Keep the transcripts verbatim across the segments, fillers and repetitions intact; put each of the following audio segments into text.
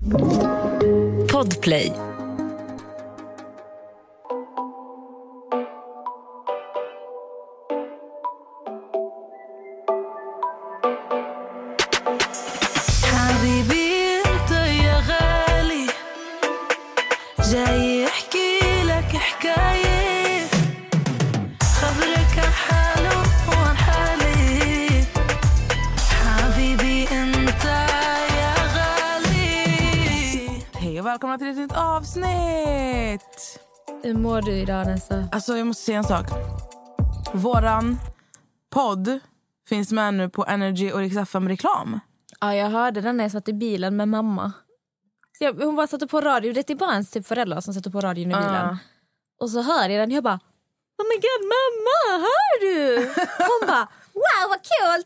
Podplay. Välkomna till ett nytt avsnitt. Hur mår du idag, Nessa? Alltså jag måste säga en sak. Våran podd finns med nu på Energy och Rix F M reklam. Ja, jag hörde den när jag satt i bilen med mamma. Så jag, hon bara satte på radio. Det är bara ens typ föräldrar som sätter på radion i bilen. Uh. Och så hör jag den. Jag bara, oh my god, mamma, hör du? Hon bara, wow, vad kul.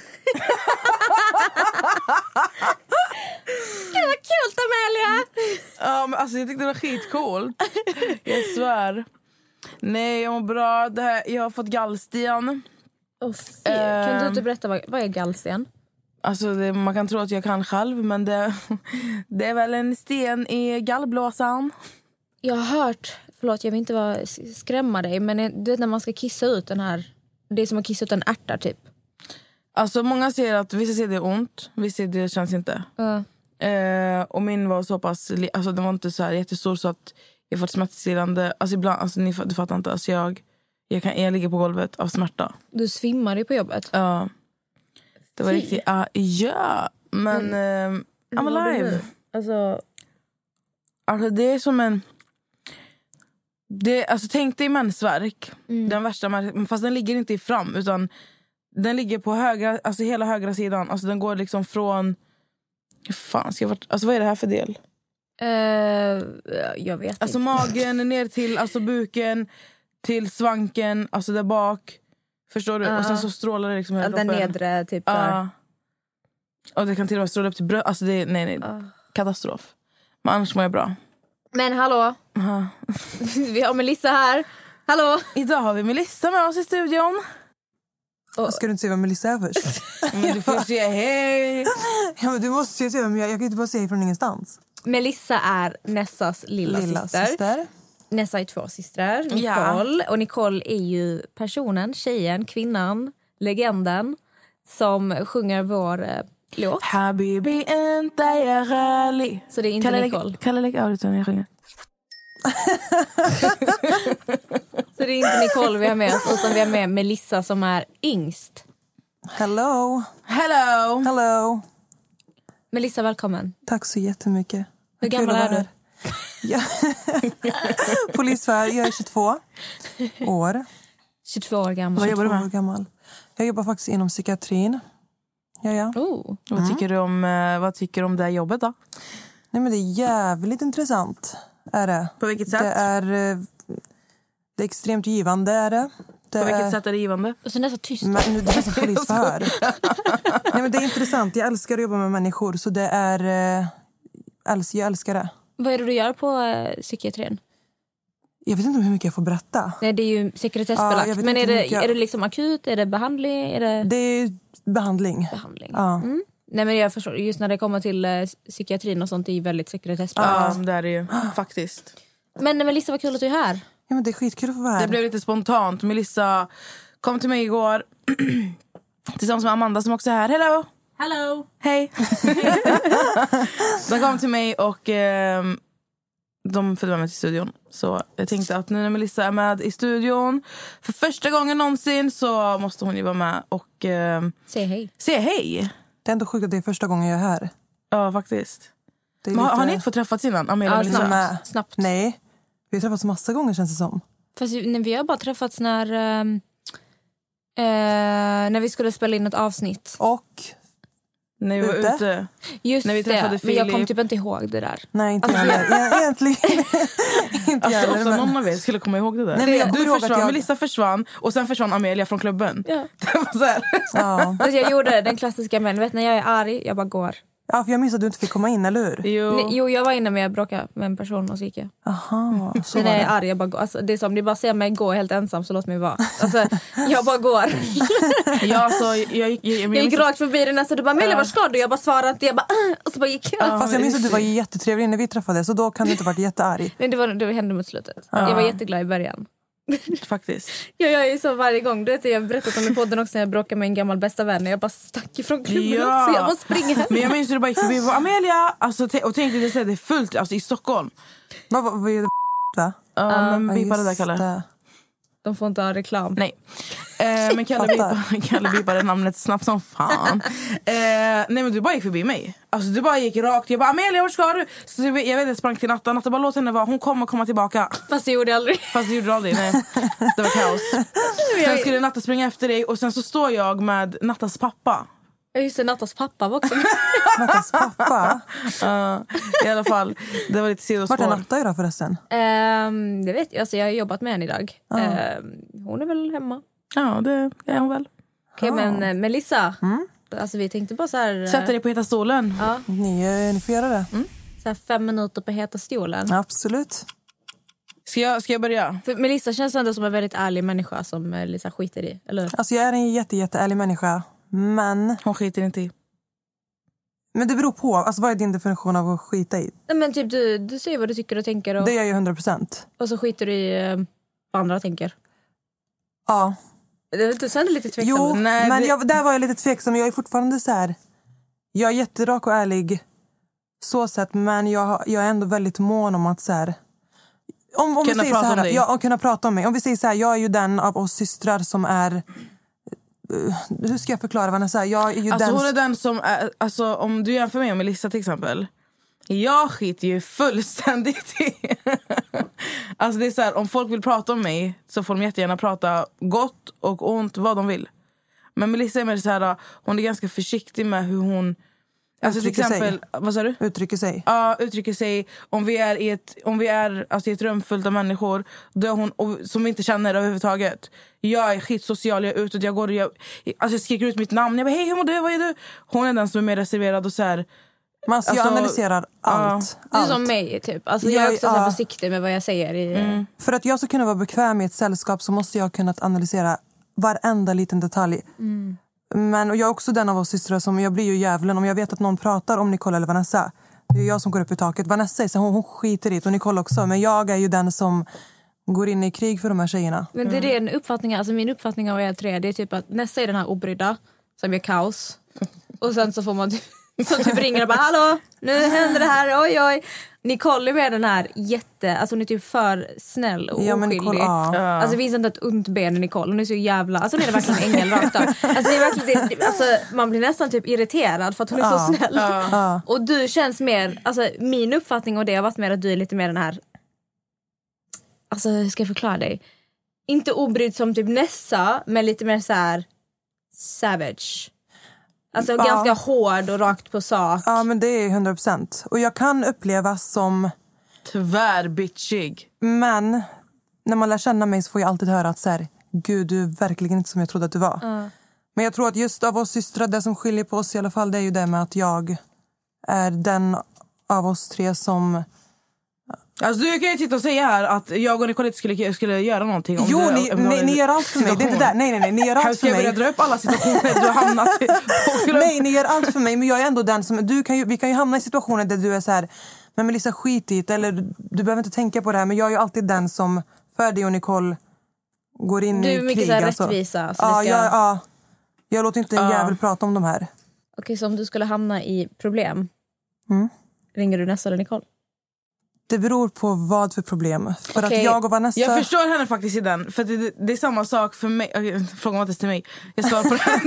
Gud vad kul, Amelia. Ja, men alltså jag tyckte det var skitcoolt. Jag svär. Nej, jag mår bra. Det här, jag har fått gallsten. Oh, uh, kan du inte berätta vad, vad är gallsten? Alltså det, man kan tro att jag kan själv, men det, det är väl en sten i gallblåsan. Jag har hört, förlåt jag vill inte vara, skrämma dig, men du vet när man ska kissa ut den här, det är som att kissa ut en ärta typ. Alltså många säger att vissa säger det är ont, vissa säger det känns inte. Uh. Eh, och min var så pass, alltså den var inte så här jättestor så att jag fått smärtstillande. Alltså ibland, alltså ni du fattar inte, alltså jag, jag, kan, jag ligger på golvet av smärta. Du svimmade på jobbet? Ja. Uh, det var Fy. riktigt, uh, ja. Men mm. uh, I'm alive. Alltså... alltså det är som en... Det, alltså tänk dig mensvärk. Mm. Den värsta, fast den ligger inte i fram utan den ligger på högra, alltså hela högra sidan. Alltså den går liksom från... Fan, ska jag vart, alltså vad är det här för del? Uh, jag vet alltså inte. magen ner till alltså buken, till svanken, alltså där bak. Förstår du? Uh. Och sen så strålar det liksom hela den nedre typ uh. där. Och det kan till och med stråla upp till bröst. Alltså det är, nej nej, uh. katastrof. Men annars mår jag bra. Men hallå. Uh. Vi har Melissa här. Hallå. Idag har vi Melissa med oss i studion. Och... Ska du inte säga vad Melissa är först? Men du får säga hej. Ja, men du måste ju säga, men jag, jag kan inte bara säga från ingenstans. Melissa är Nessas lilla, lilla syster. syster. Nessa är två systrar, Nicole. Ja. Och Nicole är ju personen, tjejen, kvinnan, legenden som sjunger vår eh, låt. Habibi inte jag rally. Så det är inte Kalle Nicole. Kalle lägg av utan jag sjunger. Så det är inte Nicole vi har med oss, utan vi har med Melissa som är yngst. Hello. Hello. Hello. Melissa, välkommen. Tack så jättemycket. Hur gammal är du? Ja. Polisfär, jag är tjugotvå år. tjugotvå år gammal. Vad jobbar du med? År gammal. Jag jobbar faktiskt inom psykiatrin. Ja, ja. Oh. Mm. Vad tycker du om, vad tycker du om det här jobbet då? Nej, men det är jävligt intressant. Är det. På vilket sätt? Det är, det är extremt givande, är det. det På vilket är... sätt är det givande? Och sen är det så tyst. Men, det är som polisförhör. Nej, men det är intressant. Jag älskar att jobba med människor. Så det är... Jag älskar det. Vad är det du gör på äh, psykiatrin? Jag vet inte hur mycket jag får berätta. Nej, det är ju sekretessbelagt. Ja, men är det, jag... är det liksom akut? Är det behandling? Är det... det är behandling. Behandling. Ja. Mm. Nej, men jag förstår, just när det kommer till uh, psykiatrin och sånt är ju väldigt sekretessbelagt. Ja, det är det ju faktiskt. Men Melissa, vad kul att du är här. Ja, men det är skitkul att få vara här. Det blev lite spontant. Melissa kom till mig igår tillsammans med Amanda som också är här. Hello! Hello! Hej! De kom till mig och eh, de följde med mig till studion. Så jag tänkte att nu när Melissa är med i studion för första gången någonsin så måste hon ju vara med och eh, säga hej. Säga hej! Det är ändå sjukt att det är första gången jag är här. Ja, faktiskt. Men lite... har, har ni inte fått träffats innan? Amelia, ja, Melissa? snabbt. snabbt. Nej, vi har träffats massa gånger känns det som. Fast nej, vi har bara träffats när äh, äh, när vi skulle spela in ett avsnitt. Och när vi var ute. ute. Just när vi träffade det, men jag kom typ inte ihåg det där. Nej, inte alltså, jag. jag egentligen inte alltså, jag, också men... någon av er skulle komma ihåg det där. Nej, men jag du försvann, jag... Melissa försvann och sen försvann Amelia från klubben. Ja. Det var så här. Ja. Alltså, jag gjorde den klassiska, men vet när jag är arg, jag bara går. Ja, för jag minns att du inte fick komma in, eller hur? Jo. Nej, jo, jag var inne med jag bråkade med en person och så gick jag. Aha, så Sen var är jag det. arg, jag bara, går- alltså, det är som, ni bara ser mig gå helt ensam så låt mig vara. Alltså, jag bara går. Ja, så jag, jag, jag, jag, Jag gick rakt förbi den nästa, du bara, Amelia, Ja. var ska du? Jag bara svarade inte, jag bara, "Åh", och så bara gick jag. Fast jag minns att du var jättetrevlig när vi träffades, så då kan du inte varit jättearg. Men det, var, det hände mot slutet. Jag var jätteglad i början. faktiskt. Ja, jag är så varje gång. Du vet, jag har berättat om i podden också när jag bråkade med en gammal bästa vän. Jag bara stack ifrån klubben Ja. också. Jag bara springer. Men jag minns hur du bara gick förbi och bara, Amelia! Alltså, t- och tänkte det är fullt alltså, i Stockholm. Vad vad- vad är det va? Ja, men Ja, bipa det där, just Kalle. det. De får inte ha reklam. Nej. Eh, men Kalle bipade, Kalle bipade namnet snabbt som fan. Eh, nej men du bara gick förbi mig. Alltså du bara gick rakt. Jag bara, Amelia, vart ska du? Så jag vet, jag sprang till Natta. Natta bara, låt henne vara. Hon kommer komma tillbaka. Fast det gjorde jag aldrig. Fast det gjorde du aldrig. Nej. Det var kaos. Sen skulle Natta springa efter dig. Och sen så står jag med Nattas pappa. Ja, just det, Nattas pappa var också. Nattas pappa. Uh, I alla fall, det var lite sidospår. Vart är Natta idag förresten? um, det vet jag. Alltså, jag har jobbat med henne idag. Um, hon är väl hemma. Ja, det är hon väl. Okej, Ja. men eh, Melissa. Alltså, vi tänkte bara så här... eh, Sätt dig på heta stolen. Ja, Ni, eh, ni får göra det. så här fem minuter på heta stolen. Absolut. Ska jag, ska jag börja? För Melissa känns ändå som en väldigt ärlig människa som eh, Lisa skiter i, eller? Alltså jag är en jätte, jätteärlig människa. Men, Hon skiter inte i. men det beror på. Alltså vad är din definition av att skita i? Nej, men typ du, du säger vad du tycker och tänker och, Det gör jag hundra procent. och så skiter du i eh, vad andra tänker. Ja. Du kände lite tveksam. Jo, Nej, men det- jag, där var jag lite tveksam. Jag är fortfarande så här. Jag är jätterak och ärlig. Så sett, men jag, jag är ändå väldigt mån om att så här. Om, om vi Kunna säger prata så om här, dig. ja, och kunna prata om mig. Om vi säger så här, jag är ju den av oss systrar som är. Uh, hur ska jag förklara vad jag säger? Jag är ju Alltså den. hon är den som är, alltså om du jämför mig med Melissa till exempel. Jag skiter ju fullständigt i. Alltså det är så här, om folk vill prata om mig så får de jättegärna prata gott och ont, vad de vill. Men Melissa är mer så här, hon är ganska försiktig med hur hon alltså till Uttrycker sig. exempel, vad sa du? Uttrycker sig. Ja, uttrycker sig. Om vi är i ett, om vi är, alltså, i ett rum fullt av människor då är hon, och, som vi inte känner överhuvudtaget. Jag är skitsocial, jag är utåt, jag går och jag, alltså, jag skriker ut mitt namn. Jag bara, hej, hur mår du? Vad är du? Hon är den som är mer reserverad och så här. Men alltså, jag Alltså, analyserar allt. Du är allt. som mig typ. Alltså, jag är Jag- också så här ja. försiktig med vad jag säger. I, Mm. För att jag ska kunna vara bekväm i ett sällskap så måste jag kunna analysera varenda liten detalj. Mm. Men och jag är också den av oss systrar som jag blir ju djävulen om jag vet att någon pratar om Nicole eller Vanessa. Det är jag som går upp i taket. Vanessa är så hon, hon skiter i det och Nicole också. Men jag är ju den som går in i krig för de här tjejerna. Men det är det en uppfattning, alltså min uppfattning av er tre, det är typ att Nessa är den här obrydda som gör kaos. Och sen så får man typ, så typ ringer och bara, hallå, nu händer det här, oj oj. Nicole är med den här jätte, alltså hon är typ för snäll och Ja, men oskyldig. Nicole, ja. Alltså det finns inte ett ont ben i Nicole, hon är så jävla, alltså hon är verkligen en ängel rakt av. Alltså, det är verkligen, det, alltså man blir nästan typ irriterad för att hon är Ja. så snäll. Ja. Och du känns mer, alltså min uppfattning av det har varit mer att du är lite mer den här, alltså hur ska jag förklara dig? Inte obrydd som typ Nessa, men lite mer så här savage. Alltså Ja. ganska hård och rakt på sak. Ja, men det är hundra procent. Och jag kan upplevas som... Tvärbitchig. Men när man lär känna mig så får jag alltid höra att så här, gud, du är verkligen inte som jag trodde att du var. Ja. Men jag tror att just av oss systrar, det som skiljer på oss i alla fall, det är ju det med att jag är den av oss tre som... Alltså du kan ju titta och säga här att jag och Nicole skulle, skulle göra någonting om Jo, det, ni, om det var ni, en ni gör allt för mig. Det är inte där. Nej, nej, nej. Ni gör Här allt ska för jag börja mig. dra upp alla situationer du har hamnat i. Nej, ni gör allt för mig. Men jag är ändå den som... Du kan ju, vi kan ju hamna i situationer där du är så här... Men Melissa, skit i det. Eller du behöver inte tänka på det här. Men jag är ju alltid den som för dig och Nicole går in Du i är mycket krig. så här alltså. rättvisa. Så Ja, vi ska... jag, ja. Jag låter inte en Ja. jävel prata om de här. Okej, så om du skulle hamna i problem, Mm. ringer du Nessa eller Nicole? Det beror på vad för problem. För Okej. att jag och Vanessa... Jag förstår henne faktiskt i den. För det, det är samma sak för mig. Okej, frågan var inte till mig. Jag svarar på den.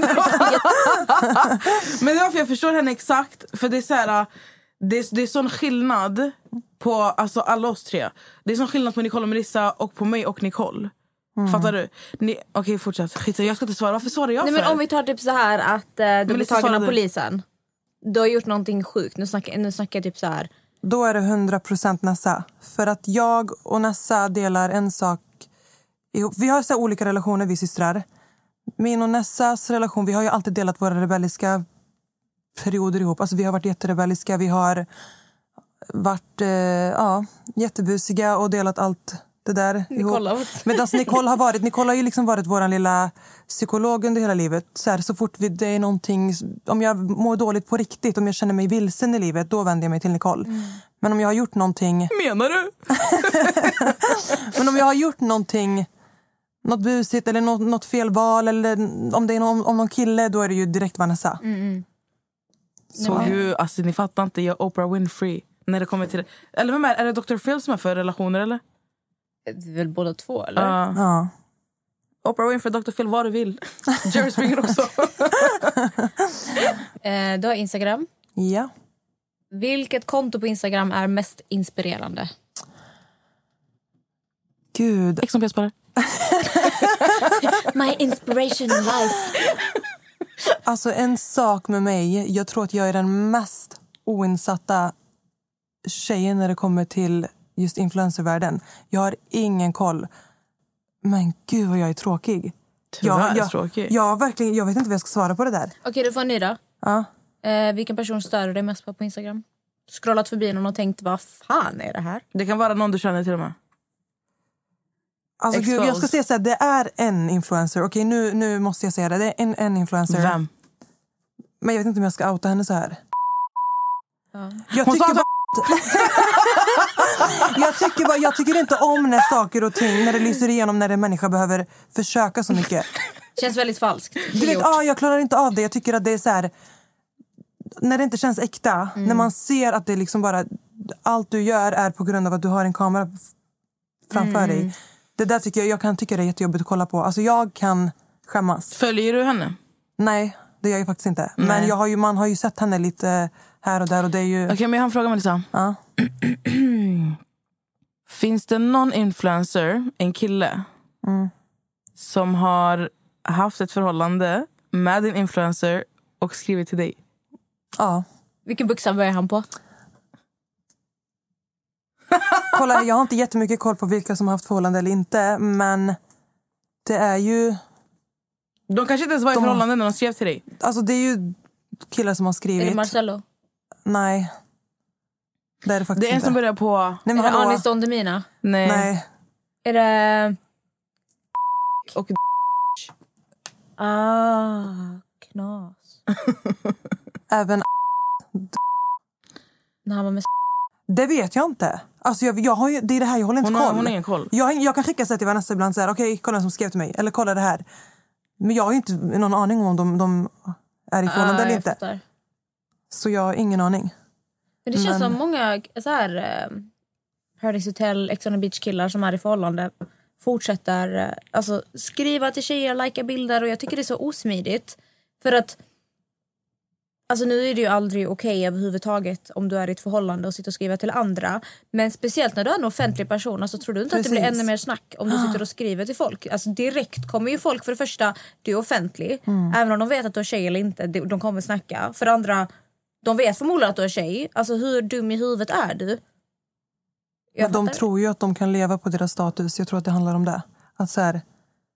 Men därför jag förstår henne exakt. För det är så här, det är, det är sån skillnad på alltså, alla oss tre. Det är sån skillnad på Nicole och Melissa och på mig och Nicole. Mm. Fattar du? Ni, okej, fortsätt. Skit, jag ska inte svara. Varför svarar jag Nej, för? men om vi tar typ så här att eh, du blir Melissa tagen av svarade. polisen. Du har gjort någonting sjukt. Nu snackar, nu snackar jag typ så här. Då är det hundra procent Nessa. För att jag och Nessa delar en sak ihop. Vi har så här olika relationer, vi systrar. Min och Nessas relation, vi har ju alltid delat våra rebelliska perioder ihop. Alltså vi har varit jätterebelliska, vi har varit eh, ja, jättebusiga och delat allt det där Nicole ihop. Men alltså Nicole har varit, Nicole har ju liksom varit våran lilla psykolog under hela livet. Så, här, så fort vi, det är någonting, om jag mår dåligt på riktigt, om jag känner mig vilsen i livet, då vänder jag mig till Nicole. Mm. Men om jag har gjort någonting... Menar du? Men om jag har gjort någonting, något busigt eller något, något fel val, eller om det är någon, om någon kille, då är det ju direkt Vanessa. Mm. Så gud, alltså ni fattar inte, jag Oprah Winfrey. När det kommer till det. Eller vem är, är det doktor Phil som är för relationer eller? Det är väl båda två, eller? Uh, ja. Oprah Winfrey, doktor Phil, vad du vill. Jerry Springer också. eh, du har Instagram. Ja. Vilket konto på Instagram är mest inspirerande? Gud. Ex som P-spelare. My inspiration in life. Alltså en sak med mig, jag tror att jag är den mest oinsatta tjejen när det kommer till just influencervärlden. Jag har ingen koll. Men gud vad jag är tråkig. Tyvärr jag, jag, tråkig. Jag, verkligen, jag vet inte vad jag ska svara på det där. Okej, okay, du får en ny då. Ja. Eh, vilken person stör du dig mest på på Instagram? Scrollat förbi någon och tänkt, vad fan är det här? Det kan vara någon du känner till och med. Alltså gud, jag ska säga så här, det är en influencer. Okej, okay, nu, nu måste jag säga det. Det är en, en influencer. Vem? Men jag vet inte om jag ska outa henne så här. Ja. Jag tycker bara... jag, tycker bara, jag tycker inte om när saker och ting, när det lyser igenom, när en människa behöver försöka så mycket. Känns väldigt falskt. Du vet, ah, jag klarar inte av det. Jag tycker att det är så här, när det inte känns äkta, mm. när man ser att det liksom bara, allt du gör är på grund av att du har en kamera framför mm. dig. Det där tycker jag, jag kan tycka det är jättejobbigt att kolla på. Alltså jag kan skämmas. Följer du henne? Nej, det gör jag faktiskt inte. Nej. Men jag har ju, man har ju sett henne lite här och där och det är ju... Okej, okay, men jag har en fråga, Melissa. Ja. Finns det någon influencer, en kille, mm. som har haft ett förhållande med en influencer och skrivit till dig? Ja. Vilken bokstav börjar han på? Kolla, jag har inte jättemycket koll på vilka som har haft förhållande eller inte, men det är ju... De kanske inte ens var i de... förhållande när de skrev till dig. Alltså det är ju killar som har skrivit. Är det Marcello? Nej. Det är det faktiskt Det är en inte. som börjar på... Nej, är det Anis Don Demina? Nej. Nej. Är det... Och... Ah, knas. Även... När han var med... Det vet jag inte. Alltså jag, jag har ju, det är det här, jag håller inte hon koll. Har, hon har ingen koll. Jag, jag kan skicka sig till Vanessa ibland och säga, okej, okay, kolla som skrev till mig. Eller kolla det här. Men jag har ju inte någon aning om de, de är i förhållande ah, eller inte. Fattar. Så jag har ingen aning. Men det känns Men... som många så här uh, Paradise Hotel, Ex on the Beach killar som är i förhållande fortsätter uh, alltså, skriva till tjejer, lika bilder, och jag tycker det är så osmidigt. För att alltså nu är det ju aldrig okej okay överhuvudtaget om du är i ett förhållande och sitter och skriver till andra. Men speciellt när du är en offentlig person, alltså tror du inte Precis. Att det blir ännu mer snack om du sitter och skriver till folk? Alltså direkt kommer ju folk, för det första, du är offentlig. Mm. Även om de vet att du är tjej eller inte, de kommer snacka. För det andra, de vet förmodligen att du är tjej. Alltså hur dum i huvudet är du? Jag de tror ju att de kan leva på deras status. Jag tror att det handlar om det. Att så här,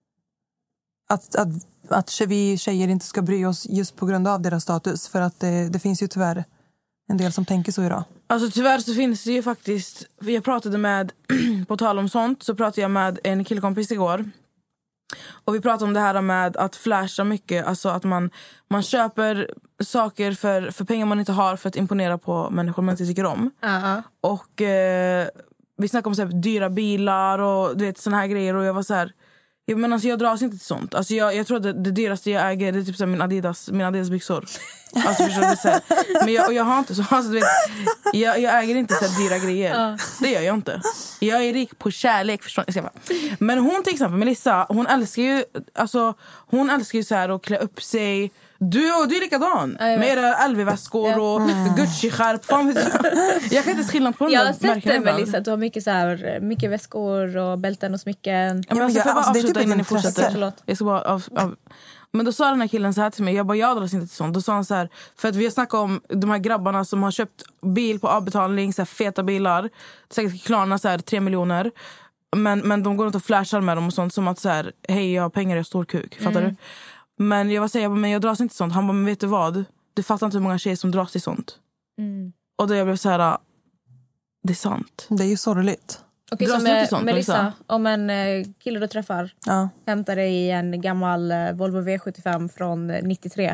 att, att, att vi tjejer inte ska bry oss just på grund av deras status. För att det, det finns ju tyvärr en del som tänker så idag. Alltså tyvärr så finns det ju faktiskt... Jag pratade med, på tal om sånt, så pratade jag med en killkompis igår. Och vi pratade om det här med att flasha mycket. Alltså att man, man köper saker för, för pengar man inte har för att imponera på människor man inte tycker om. Uh-huh. Och eh, vi snackade om så här, dyra bilar och du vet, såna här grejer. Och jag var så här... Jag, men alltså, jag dras inte till sånt. Alltså, jag, jag tror att det, det dyraste jag äger, det är typ så här, min Adidas, min Adidas byxor. Alltså, förstår du, så här. Men jag, och jag har inte så. Alltså, du vet, jag, jag äger inte så här dyra grejer. Uh. Det gör jag inte. Jag är rik på kärlek, förstår du. Men hon till exempel, Melissa, hon älskar ju, alltså, hon älskar ju så här att klä upp sig. Du, och du är likadan. Med era L V-väskor och mm. Gucci-skärp. Jag kan inte skilja på de jag där märkena. Jag har sett det, Melissa, att du har mycket, så här, mycket väskor och bälten och smycken. Ja, men alltså, jag, alltså, det är typ innan ni fortsätter. Jag ska bara av, av. Men då sa den här killen så här till mig. Jag bara, jag dras inte till sånt. Då sa han så här, för att vi har snackat om de här grabbarna som har köpt bil på avbetalning, så här feta bilar. Säkert Klarna så här tre miljoner. Men, men de går inte och flashar med dem och sånt, som att så här, hej, jag har pengar, jag har stor kuk. Fattar mm. du? Men jag var säga, men jag dras inte sånt. Han bara, men vet du vad? Du fattar inte hur många tjejer som dras till sånt. Mm. Och då jag blev så här, det är sant. Det är ju sorgligt. Okej, Dras så du till med, sånt, Melissa, Melissa? om en eh, kille du träffar Ja. hämtar dig i en gammal eh, Volvo V sjuttiofem från eh, nittiotre.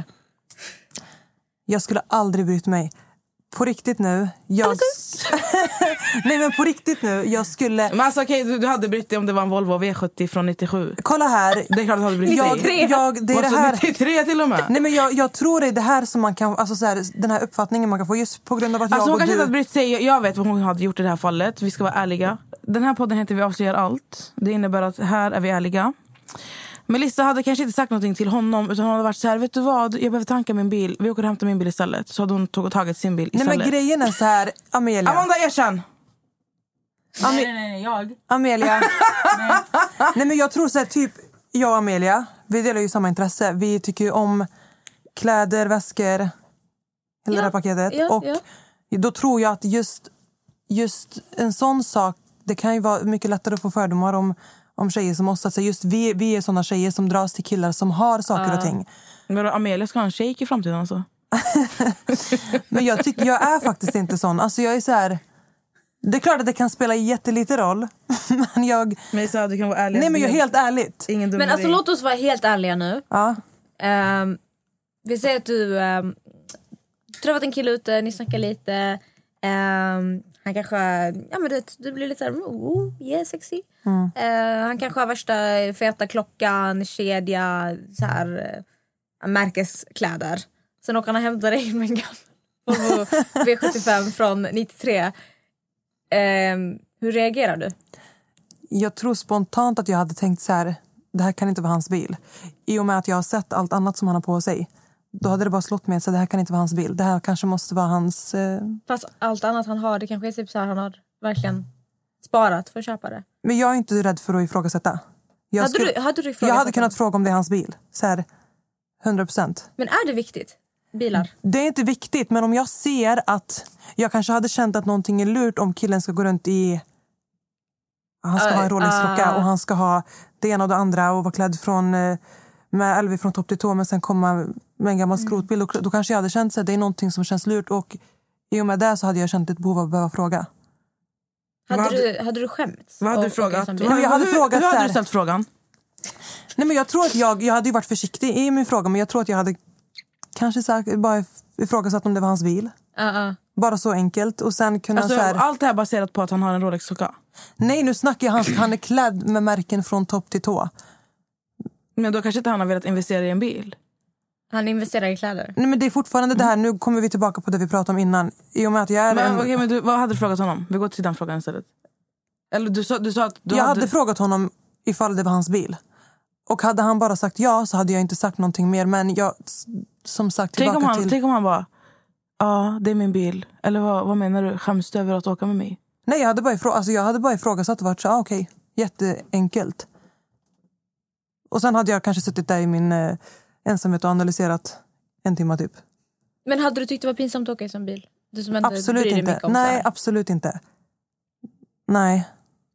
Jag skulle aldrig brytt mig. På riktigt nu. Jag... Nej, men på riktigt nu. Jag skulle... Men alltså okej, du, du hade brytt dig om det var en Volvo V sjuttio från nittiosju. Kolla här. Det är klart du hade brytt Jag, dig. jag, det är det Alltså, här... nittiotre till och med. Nej, men jag, jag tror det är det här som man kan... Alltså så här, den här uppfattningen man kan få just på grund av att Alltså jag hon och kanske du... inte hade brytt sig. Jag, jag vet vad hon hade gjort i det här fallet. Vi ska vara ärliga. Den här podden heter Vi avslöjar allt. Det innebär att här är vi ärliga. Melissa hade kanske inte sagt någonting till honom, utan hon hade varit så här: vet du vad, jag behöver tanka min bil. Vi åker och hämtar min bil istället. Så hade hon tog och tagit sin bil istället. Nej, men grejen är så här, Amelia. Amanda, erkänn! Ame- Nej, nej, nej, jag. Amelia. Nej, men jag tror så här, typ, jag och Amelia, vi delar ju samma intresse. Vi tycker ju om kläder, väskor, hela Ja, det här paketet. ja, och ja. då tror jag att just, just en sån sak, det kan ju vara mycket lättare att få fördomar om, om tjejer som oss. Alltså just vi, vi är såna tjejer som dras till killar som har saker Uh. och ting. Men Amelia ska ha en shake i framtiden alltså. Men jag tycker jag är faktiskt inte sån. Alltså jag är så här... Det är klart att det kan spela jättelite roll. Men jag... Men så du kan vara ärlig. Nej, men jag är helt ärligt. Ingen dum Men alltså idé. låt oss vara helt ärliga nu. Ja. Um, vi säger att du um, träffat en kille ute, ni snackar lite. Um, han kanske, ja men du, du blir lite såhär, oh, yeah, sexy. Mm. Uh, han kanske har värsta feta klockan, kedja, så här uh, märkeskläder. Sen åker han och hämtar dig med en gammal V sjuttiofem från nittiotre. Um, hur reagerar du? Jag tror spontant att jag hade tänkt så här: det här kan inte vara hans bil. I och med att jag har sett allt annat som han har på sig. Då hade det bara slått mig så det här kan inte vara hans bil. Det här kanske måste vara hans... Eh... Fast allt annat han har, det kanske är typ så här, han har verkligen sparat för att köpa det. Men jag är inte rädd för att ifrågasätta. Jag, Hade skulle... du, hade du jag ifrågasatt hade kunnat den? fråga om det är hans bil. Så här, hundra procent. Men är det viktigt? Bilar? Det är inte viktigt, men om jag ser att... Jag kanske hade känt att någonting är lurt om killen ska gå runt i... Han ska Uh, ha en Rolex-klocka uh. och han ska ha det ena och det andra och vara klädd från, eh, med L V från topp till tå, men sen komma med en gammal skrotbil. Då, då kanske jag hade känt att det är någonting som känns lurt, och i och med det så hade jag känt ett behov av att behöva fråga. Hade, Vad hade- du, hade du skämts? Vad hade du Och- frågat? och- Nej, men jag hade hur, frågat hur så hade här- du ställt frågan? Nej, men jag tror att jag, jag hade ju varit försiktig i min fråga, men jag tror att jag hade kanske sagt, bara ifrågasatt om det var hans bil. Ja, ja. Bara så enkelt. Och sen kunna Alltså, så här, allt det här baserat på att han har en Rolex-klocka. nej, nu snackar jag, han, han är klädd med märken från topp till tå. Men då kanske inte han har velat investera i en bil. Han investerar i kläder. Nej, men det är fortfarande det här, nu kommer vi tillbaka på det vi pratade om innan. I och med att jag är Men, en, okej, men du, vad hade du frågat honom? Vi går till den frågan istället. Eller du sa, du sa att du jag hade... hade frågat honom ifall det var hans bil. Och hade han bara sagt ja så hade jag inte sagt någonting mer. Men jag, s- som sagt, Tänk tillbaka om, han, till... tänk om han bara, ja det är min bil. Eller vad, vad menar du? Skäms du över att åka med mig? Nej, jag hade bara, ifrå... alltså, jag hade bara ifrågasatt och varit så, ah, okej, jätteenkelt. Och sen hade jag kanske suttit där i min eh, ensamhet och analyserat en timme typ. Men hade du tyckt det var pinsamt att åka i sån bil? Du som inte Absolut bryr dig inte. mycket om Nej, så här. absolut inte. Nej.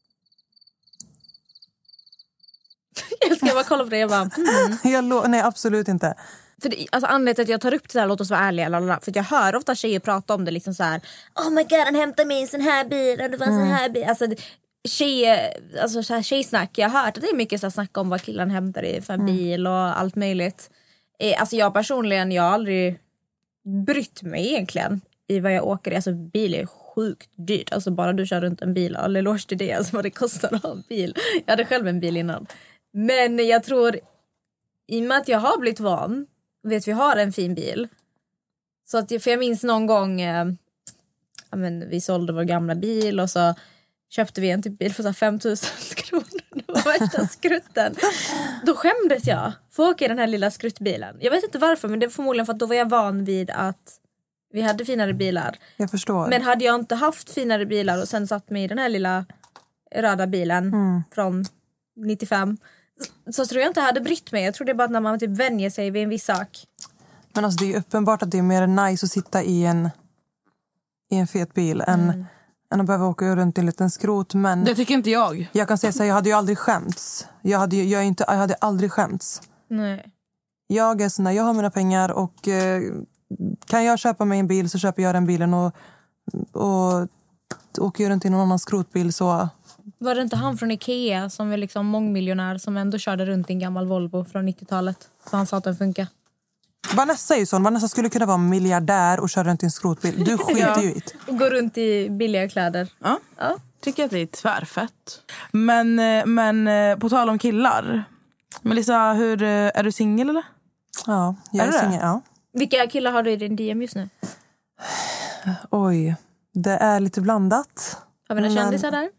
Jag ska bara kolla på det. Jag bara, hmm. Jag lo... Nej, absolut inte. För det, alltså anledningen till att jag tar upp det så här, låt oss vara ärliga, lalala, för att jag hör ofta tjejer prata om det liksom så här: oh my god, han hämtar mig i en sån här bil och det var en sån här bil. Alltså tjejer, alltså så här tjejsnack, jag har hört att det är mycket så här snack om vad killen hämtar i för bil och allt möjligt. Eh, alltså jag personligen, jag har aldrig brytt mig egentligen i vad jag åker i. Alltså bil är sjukt dyrt. Alltså bara du kör runt en bil, eller lås till det, alltså vad det kostar att ha en bil. Jag hade själv en bil innan. Men jag tror, i och med att jag har blivit van, vet vi har en fin bil. Så att, för jag minns någon gång, eh, ja, men vi sålde vår gamla bil och så köpte vi en typ bil för så här fem tusen kronor. Det var värsta skrutten. Då skämdes jag för att åka i den här lilla skruttbilen. Jag vet inte varför, men det var förmodligen för att då var jag van vid att vi hade finare bilar. Jag förstår. Men hade jag inte haft finare bilar och sen satt mig i den här lilla röda bilen Mm. från nittiofem, så tror jag inte jag hade brytt mig. Jag tror det är bara att när man typ vänjer sig vid en viss sak. Men alltså, det är uppenbart att det är mer nice att sitta i en, i en fet bil än, Mm. än att behöva åka runt i en liten skrot. Men Det tycker inte jag. jag kan säga så här, jag hade ju aldrig skämts. Jag hade, ju- jag är inte, jag hade aldrig skämts. Nej. Jag är sån där, jag har mina pengar och eh, kan jag köpa mig en bil så köper jag den bilen och, och åker jag runt i någon annan skrotbil så... Var det inte han från Ikea som är liksom mångmiljonär som ändå körde runt i en gammal Volvo från nittiotalet? Så han sa att den funkar. Vanessa är ju sån. Vanessa skulle kunna vara miljardär och köra runt i en skrotbil. Du skiter ja. ju i det. Och gå runt i billiga kläder. Ja, ja. Tycker att det är tvärfett. Men, men på tal om killar. Melissa, hur, är du singel eller? Ja, jag är, är singel, ja. Vilka killar har du i din D M just nu? Oj, det är lite blandat. Har vi några men... kändisar där?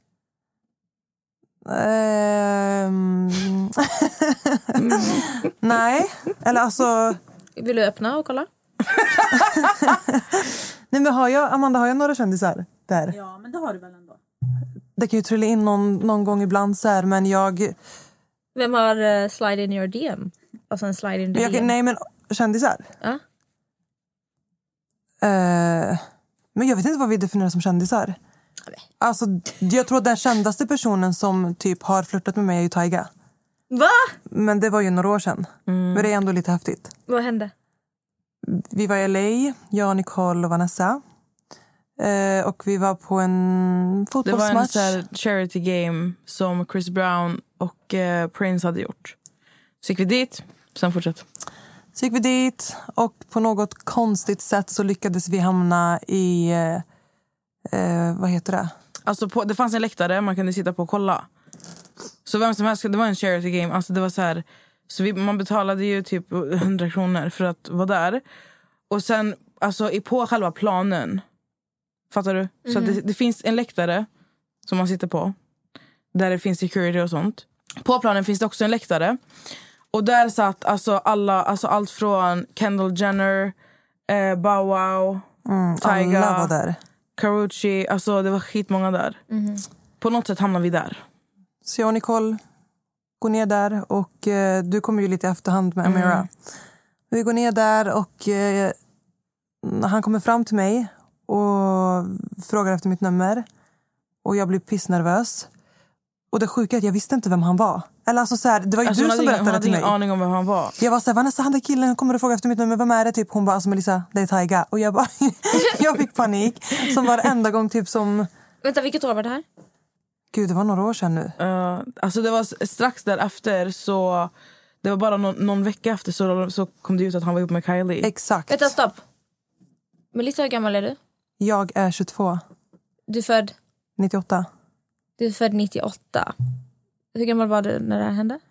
Um... Nej, eller alltså... Vill du öppna och kolla? Nej, men har jag, Amanda, har jag några kändisar där? Ja, men det har du väl ändå. Det kan ju trilla in någon, någon gång ibland så här, men jag... Vem har uh, slide in your D M? Alltså en slide in the jag, D M? Nej, men kändisar? Ja. Uh, men jag vet inte vad vi definierar som kändisar. Alltså, jag tror att den kändaste personen som typ har flirtat med mig är ju Taiga. Va? Men det var ju några år sedan. Mm. Men det är ändå lite häftigt. Vad hände? Vi var i L A, jag, Nicole och Vanessa. Eh, och vi var på en fotbollsmatch. Det var en charity game som Chris Brown och eh, Prince hade gjort. Så gick vi dit, sen fortsatte. Så gick vi dit och på något konstigt sätt så lyckades vi hamna i... Eh, Eh, vad heter det? Alltså på, det fanns en läktare man kunde sitta på och kolla. Så vem som helst, det var en charity game. Alltså det var så här, så vi, man betalade ju typ hundra kronor för att vara där. Och sen alltså i på själva planen. Fattar du? Mm. Så att det, det finns en läktare som man sitter på. Där det finns security och sånt. På planen finns det också en läktare. Och där satt alltså alla, alltså allt från Kendall Jenner, eh, Bow Wow, mm, Tyga. Alla var där. Karuchi, alltså det var skitmånga där. Mm. På något sätt hamnar vi där. Så jag och Nicole går ner där och eh, du kommer ju lite i efterhand med Amira. Mm. Vi går ner där och eh, han kommer fram till mig och frågar efter mitt nummer. Och jag blir pissnervös. Och det sjuka är att jag visste inte vem han var. Eller alltså så här, det var ju alltså, du som berättade ingen, till mig. Hon hade ingen aning om vem han var. Jag var så här, Vanessa, han där killen kommer att fråga efter mitt nummer. Vem är det? Typ, hon bara, alltså Melissa, det är Taiga. Och jag bara, jag fick panik. Som var enda gång typ som... Vänta, vilket år var det här? Gud, det var några år sedan nu. Uh, alltså det var strax därefter så... Det var bara någon, någon vecka efter så, så kom det ut att han var ihop med Kylie. Exakt. Vänta, stopp. Melissa, hur gammal är du? Jag är tjugotvå. Du är född? nittioåtta. Du är född nittioåtta. Hur gammal var du när det här hände?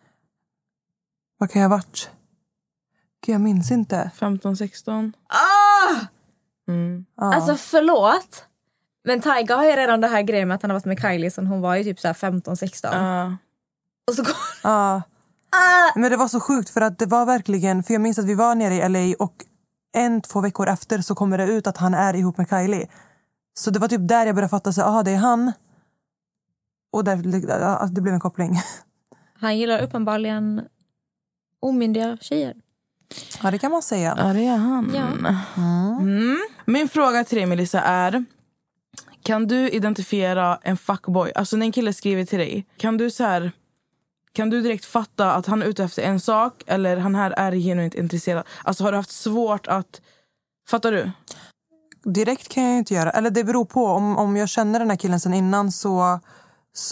Vad kan jag ha varit? Gud, jag minns inte. femton sexton. Ah! Mm. Ah. Alltså förlåt. Men Taiga har ju redan det här grejen med att han har varit med Kylie sen hon var ju typ så här femton sexton. Uh. Och så går... ah. ah! Men det var så sjukt för att det var verkligen... För jag minns att vi var nere i L A och en, två veckor efter så kommer det ut att han är ihop med Kylie. Så det var typ där jag började fatta sig. Aha, det är han. Och där, det blev en koppling. Han gillar uppenbarligen omyndiga tjejer. Ja, det kan man säga. Ja, det är han. Ja. Mm. Mm. Min fråga till dig, Melissa, är... Kan du identifiera en fuckboy? Alltså när en kille skriver till dig, kan du så här... Kan du direkt fatta att han är ute efter en sak eller han här är genuint intresserad? Alltså har du haft svårt att... Fattar du? Direkt kan jag inte göra. Eller det beror på. Om, om jag känner den här killen sen innan så... Så...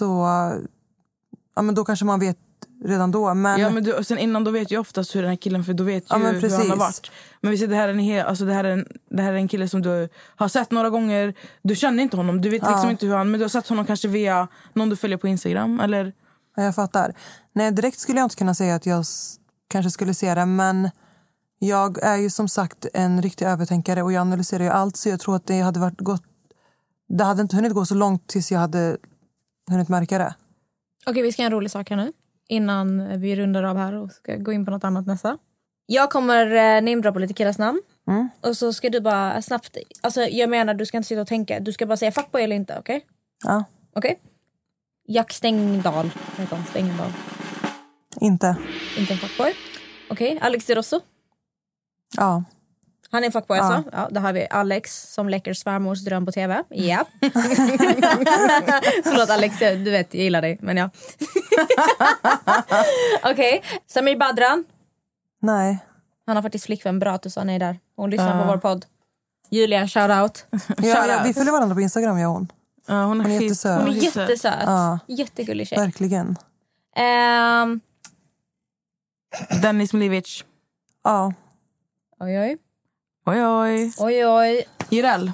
Ja, men då kanske man vet redan då. Men... Ja, men du, sen innan då vet ju oftast hur den här killen... För då vet ju ja, hur han har varit. Men vi ser det här är en, hel, alltså det här är en, det här är en kille som du har sett några gånger. Du känner inte honom. Du vet liksom ja. inte hur han... Men du har sett honom kanske via någon du följer på Instagram. Eller... Ja, jag fattar. Nej, direkt skulle jag inte kunna säga att jag s- kanske skulle se det. Men jag är ju som sagt en riktig övertänkare. Och jag analyserar ju allt. Så jag tror att det hade varit gott... Det hade inte hunnit gå så långt tills jag hade hunnit märka det. Okej, vi ska göra en rolig sak här nu. Innan vi rundar av här och ska gå in på något annat nästa. Jag kommer eh, namedroppa lite killas namn. Mm. Och så ska du bara snabbt... Alltså jag menar, du ska inte sitta och tänka. Du ska bara säga fuckboy eller inte, okej? Okay? Ja. Okej? Okay? Jack Stängdahl. Heter han? Stängdahl. Inte. Inte en fuckboy. Okej, okay. Alex de Rosso. Ja. Han är en fuckboy ja. alltså. Ja, då har vi Alex som leker svärmors dröm på tv. Ja. Förlåt Alex, du vet, jag gillar dig. Men ja. Okej, okay. Samir Badran. Nej. Han har faktiskt flickvän bra att sa nej där. Hon lyssnar uh. på vår podd. Julia, shout out. Ja, ja, vi följer varandra på Instagram, jag och hon. Uh, hon är, hon är skit, jättesöt. Hon är jättesöt. Ja. Jättegullig tjej. Verkligen. Um, Dennis Milivic. Ja. Oj, oj. Oj, oj. Oj, oj. Jireel.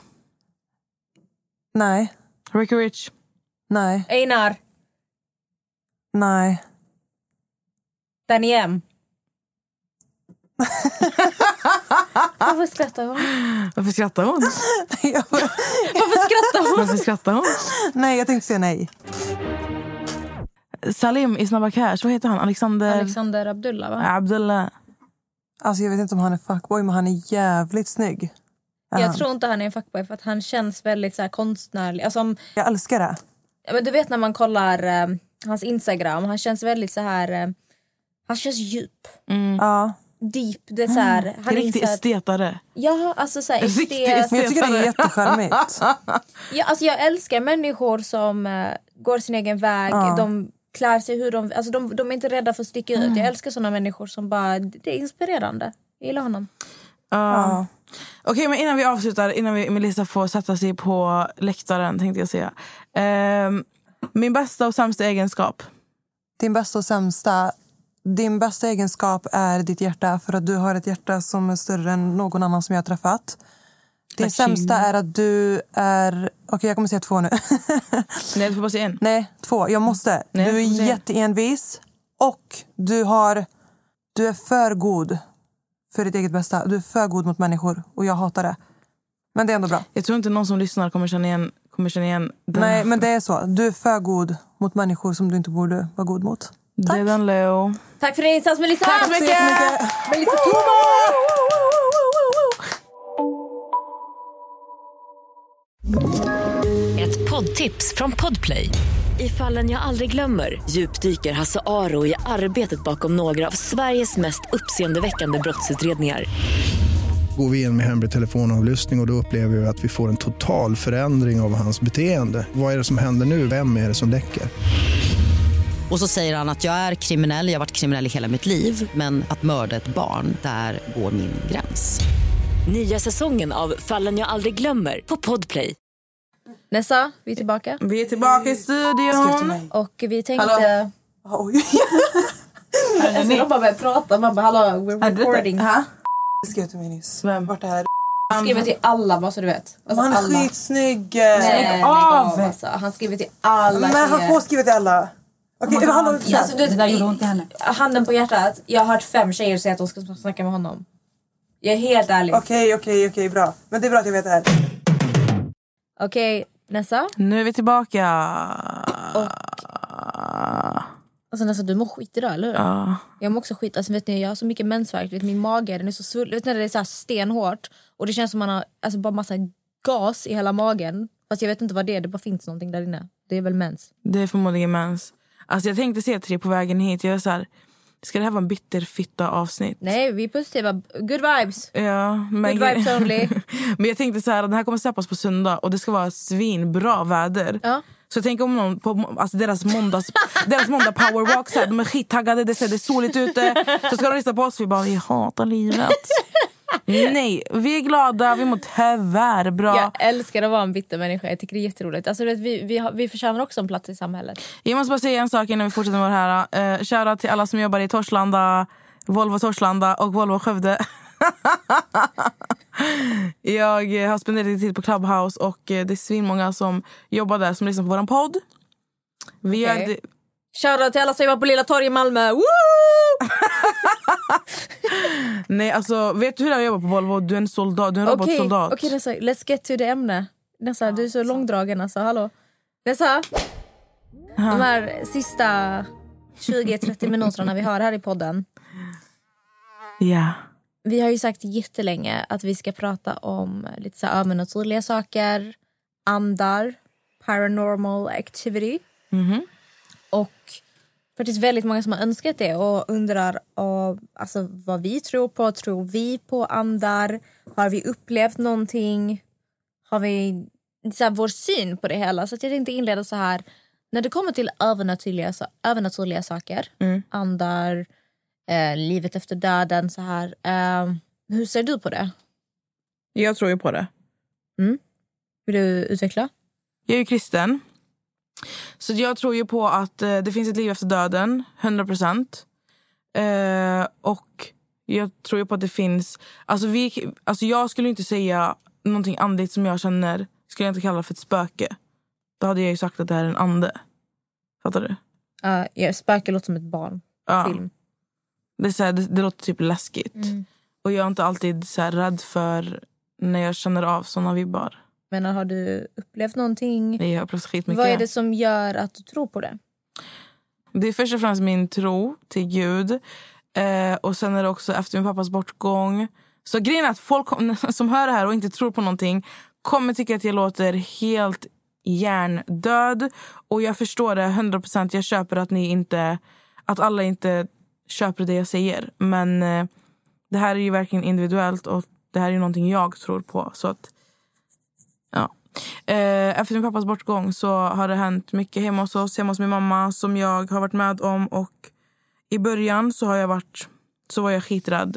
Nej. Ricky Rich. Nej. Einar. Nej. Danny M. Varför skrattar hon? Varför skrattar hon? Varför skrattar hon? Varför skrattar hon? Nej, jag tänkte säga nej. Salim i Snabba Cash, vad heter han? Alexander... Alexander Abdullah, va? Abdullah. Alltså jag vet inte om han är fuckboy, men han är jävligt snygg. Jag han. tror inte han är en fuckboy för att han känns väldigt så här konstnärlig. Alltså, om, Jag älskar det. ja, men du vet när man kollar eh, hans Instagram, han känns väldigt så här... Eh, han känns djup. Mm. Ja. Deep, det är så här... Han Riktig är så här, estetare. ja, alltså så här, Riktig estet. Men jag tycker det är jättecharmigt. Ja, alltså jag älskar människor som eh, går sin egen väg. Ja. De klär sig hur de... Alltså de, de är inte rädda för att sticka ut. Jag älskar såna människor som bara... Det är inspirerande. Jag gillar honom. Uh. Ja. Okej, okay, men innan vi avslutar, innan vi, Melissa får sätta sig på läktaren, tänkte jag säga. Uh, min bästa och sämsta egenskap. Din bästa och sämsta... Din bästa egenskap är ditt hjärta, för att du har ett hjärta som är större än någon annan som jag har träffat. Din Tack, sämsta Kina. är att du är... Okej, okay, jag kommer säga två nu. Nej, du får bara säga en. Nej, två. Jag måste. Nej, du är nej. jätteenvis och du har... Du är för god för ditt eget bästa. Du är för god mot människor och jag hatar det. Men det är ändå bra. Jag tror inte någon som lyssnar kommer känna igen, kommer känna igen den. Nej, men det är så. Du är för god mot människor som du inte borde vara god mot. Det är den, Leo. Tack för din insats, Melissa! Tack så mycket! Melissa Thomas! Ett poddtips från Podplay. I Fallen jag aldrig glömmer djupdyker Hasse Aro i arbetet bakom några av Sveriges mest uppseendeväckande brottsutredningar. Går vi in med hemlig telefonavlyssning och, och då upplever vi att vi får en total förändring av hans beteende. Vad är det som händer nu? Vem är det som läcker? Och så säger han att jag är kriminell, jag har varit kriminell i hela mitt liv. Men att mörda ett barn, där går min gräns. Nya säsongen av Fallen jag aldrig glömmer på Podplay. Nessa, vi är tillbaka. Vi är tillbaka i studion. Och vi tänkte... Hallå? Oj. Jag ska bara börja prata. Man bara, hallå, we're recording. Ha? Skrev till mig nyss. Vem? Vart är det? Skriver till alla, bara så du vet. Alltså, Han är alla. skitsnygg. Nej, lägg av. av, alltså. Han skriver till alla. Men han tjejer. får skriva till alla. Okej, okay, han Ja, alltså, du, det där gjorde ont i henne. Handen på hjärtat. Jag har hört fem tjejer säga att de ska snacka med honom. Jag är helt ärlig. Okej, okej, okej, bra. Men det är bra att jag vet det här. Okej, Nessa. Nu är vi tillbaka. Alltså Nessa, du mår skit idag, eller hur? Ja. Jag mår också skit. Alltså vet ni, jag har så mycket mensvärk. Vet, min mage, den är så svull. Vet ni, det är så här stenhårt. Och det känns som man har alltså, bara massa gas i hela magen. Fast jag vet inte vad det är. Det bara finns någonting där inne. Det är väl mens. Det är förmodligen mens. Alltså jag tänkte se tre på vägen hit. Jag är så här, ska det här vara en bitterfitta avsnitt? Nej, vi är positiva. Good vibes. Ja, men, Good vibes only. men jag tänkte så här, den här kommer släppas på söndag och det ska vara svinbra väder. Ja. Så jag tänker om någon på alltså deras måndags deras måndag powerwalk så här, de är skittaggade, det, det är soligt ute. Så ska de lyssna på oss, vi bara, vi hatar livet. Nej, vi är glada, vi mår tyvärr bra. Jag älskar att vara en bitter människa. Jag tycker det är jätteroligt. Alltså, vet, vi, vi, har, vi förtjänar också en plats i samhället. Jag måste bara säga en sak innan vi fortsätter med det här. Uh, Shoutout till alla som jobbar i Torslanda, Volvo Torslanda och Volvo Skövde. Jag har spenderat lite tid på Clubhouse och det är svinmånga som jobbar där som lyssnar på våran podd. Vi Okay. är... Shoutout till alla som jobbar på Lilla Torg i Malmö. Woo! Nej, alltså, vet du hur jag jobbar på Volvo? Du är en soldat, du är en Okej, robotsoldat. okej, Nessa, let's get to the ämne. Nessa, du är så långdragen, alltså, hallå. Nessa, de här sista tjugo till trettio minuterna vi har här i podden. Ja. Vi har ju sagt jättelänge att vi ska prata om lite så här övernaturliga saker, andar, paranormal activity. Mhm. Och faktiskt väldigt många som har önskat det och undrar och, alltså, vad vi tror på. Tror vi på andar? Har vi upplevt någonting? Har vi så här, vår syn på det hela? Så att jag tänkte inleda så här. När det kommer till övernaturliga, övernaturliga saker, Mm. andar, eh, livet efter döden så här. Eh, hur ser du på det? Jag tror ju på det. Mm. Vill du utveckla? Jag är ju kristen. Så jag tror ju på att eh, det finns ett liv efter döden, hundra procent. Eh, och jag tror ju på att det finns... Alltså, vi, alltså jag skulle inte säga någonting andligt som jag känner, skulle jag inte kalla för ett spöke. Då hade jag ju sagt att det är en ande. Fattar du? Uh, ja, spöke låter som ett barn. Ja. Film. Det, är så här, det, det låter typ läskigt. Mm. Och jag är inte alltid så här rädd för när jag känner av såna vibbar. Men har du upplevt någonting? Nej, jag har upplevt skitmycket. Vad är det som gör att du tror på det? Det är först och främst min tro till Gud. Eh, och sen är det också efter min pappas bortgång. Så grejen är att folk som hör det här och inte tror på någonting kommer tycka att jag låter helt hjärndöd. Och jag förstår det hundra procent. Jag köper att ni inte, att alla inte köper det jag säger. Men eh, det här är ju verkligen individuellt och det här är ju någonting jag tror på. Så att, ja. Eh, efter min pappas bortgång så har det hänt mycket hemma hos oss, hemma hos min mamma, som jag har varit med om. Och i början så har jag varit, så var jag skiträdd.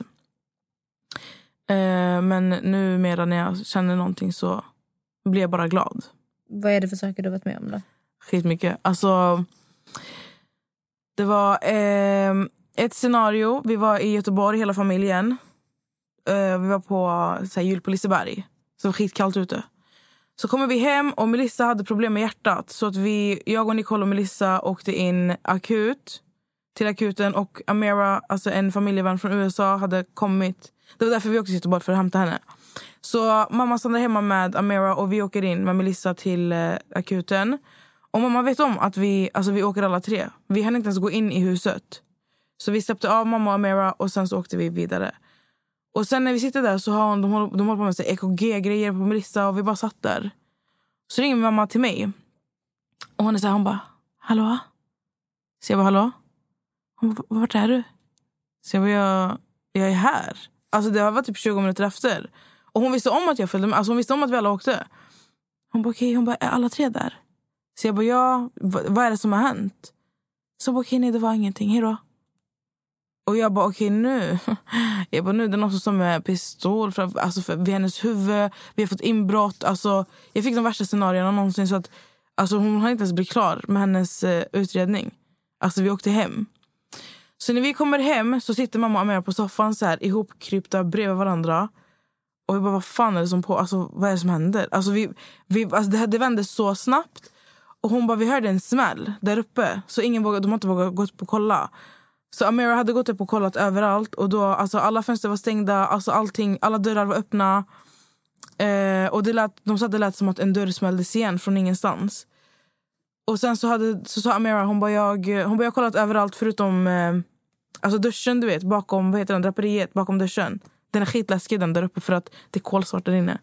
Eh, men numera när jag känner någonting så blir jag bara glad. Vad är det för saker du har varit med om då? Skitmycket. Alltså, det var eh, ett scenario. Vi var i Göteborg, hela familjen. Eh, vi var på så här, jul på Liseberg. Så det var skitkallt ute. Så kommer vi hem och Melissa hade problem med hjärtat. Så att vi, jag och Nicole och Melissa åkte in akut till akuten. Och Amira, alltså en familjevän från U S A, hade kommit. Det var därför vi åkte till Göteborg, för att hämta henne. Så mamma stannar hemma med Amira och vi åker in med Melissa till eh, akuten. Och mamma vet om att vi, alltså vi åker alla tre. Vi hann inte ens gå in i huset. Så vi släppte av mamma och Amira och sen så åkte vi vidare. Och sen när vi sitter där så har hon, de, håller, de håller på med sig E K G-grejer på Melissa och vi bara satt där. Så ringer mamma till mig. Och hon är så här, hon bara, hallå? Så jag bara, hallå? Hon bara, vart är du? Så jag bara, jag, jag är här. Alltså det var typ tjugo minuter efter. Och hon visste om att jag följde med. Alltså hon visste om att vi alla åkte. Hon bara, okej, okay. Hon bara, är alla tre där? Så jag bara, ja, vad är det som har hänt? Så bara, okej, okay, nej, det var ingenting, hejdå. Och jag bara, okej, okay, nu. Jag bara, nu, det är någon som är pistol för, alltså för, vid hennes huvud. Vi har fått inbrott. Alltså, jag fick de värsta scenarierna någonsin. Så att, alltså, hon har inte ens blivit klar med hennes eh, utredning. Alltså, vi åkte hem. Så när vi kommer hem så sitter mamma och Amira på soffan så här, ihopkrypta bredvid varandra. Och vi bara, vad fan är det som på? Alltså, vad är det som händer? Alltså, vi, vi, alltså det, det vände så snabbt. Och hon bara, vi hörde en smäll där uppe. Så ingen vågade, de har inte vågat gå upp och kolla. Så Amira hade gått upp och kollat överallt. Och då, alltså alla fönster var stängda. Alltså allting, alla dörrar var öppna. Eh, och det lät, de sa att det lät som att en dörr smälldes igen från ingenstans. Och sen så, hade, så sa Amira, hon bara, jag, hon bara, jag har kollat överallt förutom eh, alltså duschen, du vet, bakom, vad heter den, draperiet, bakom duschen. Den är skitläskig den där uppe för att det är kolsvart där inne.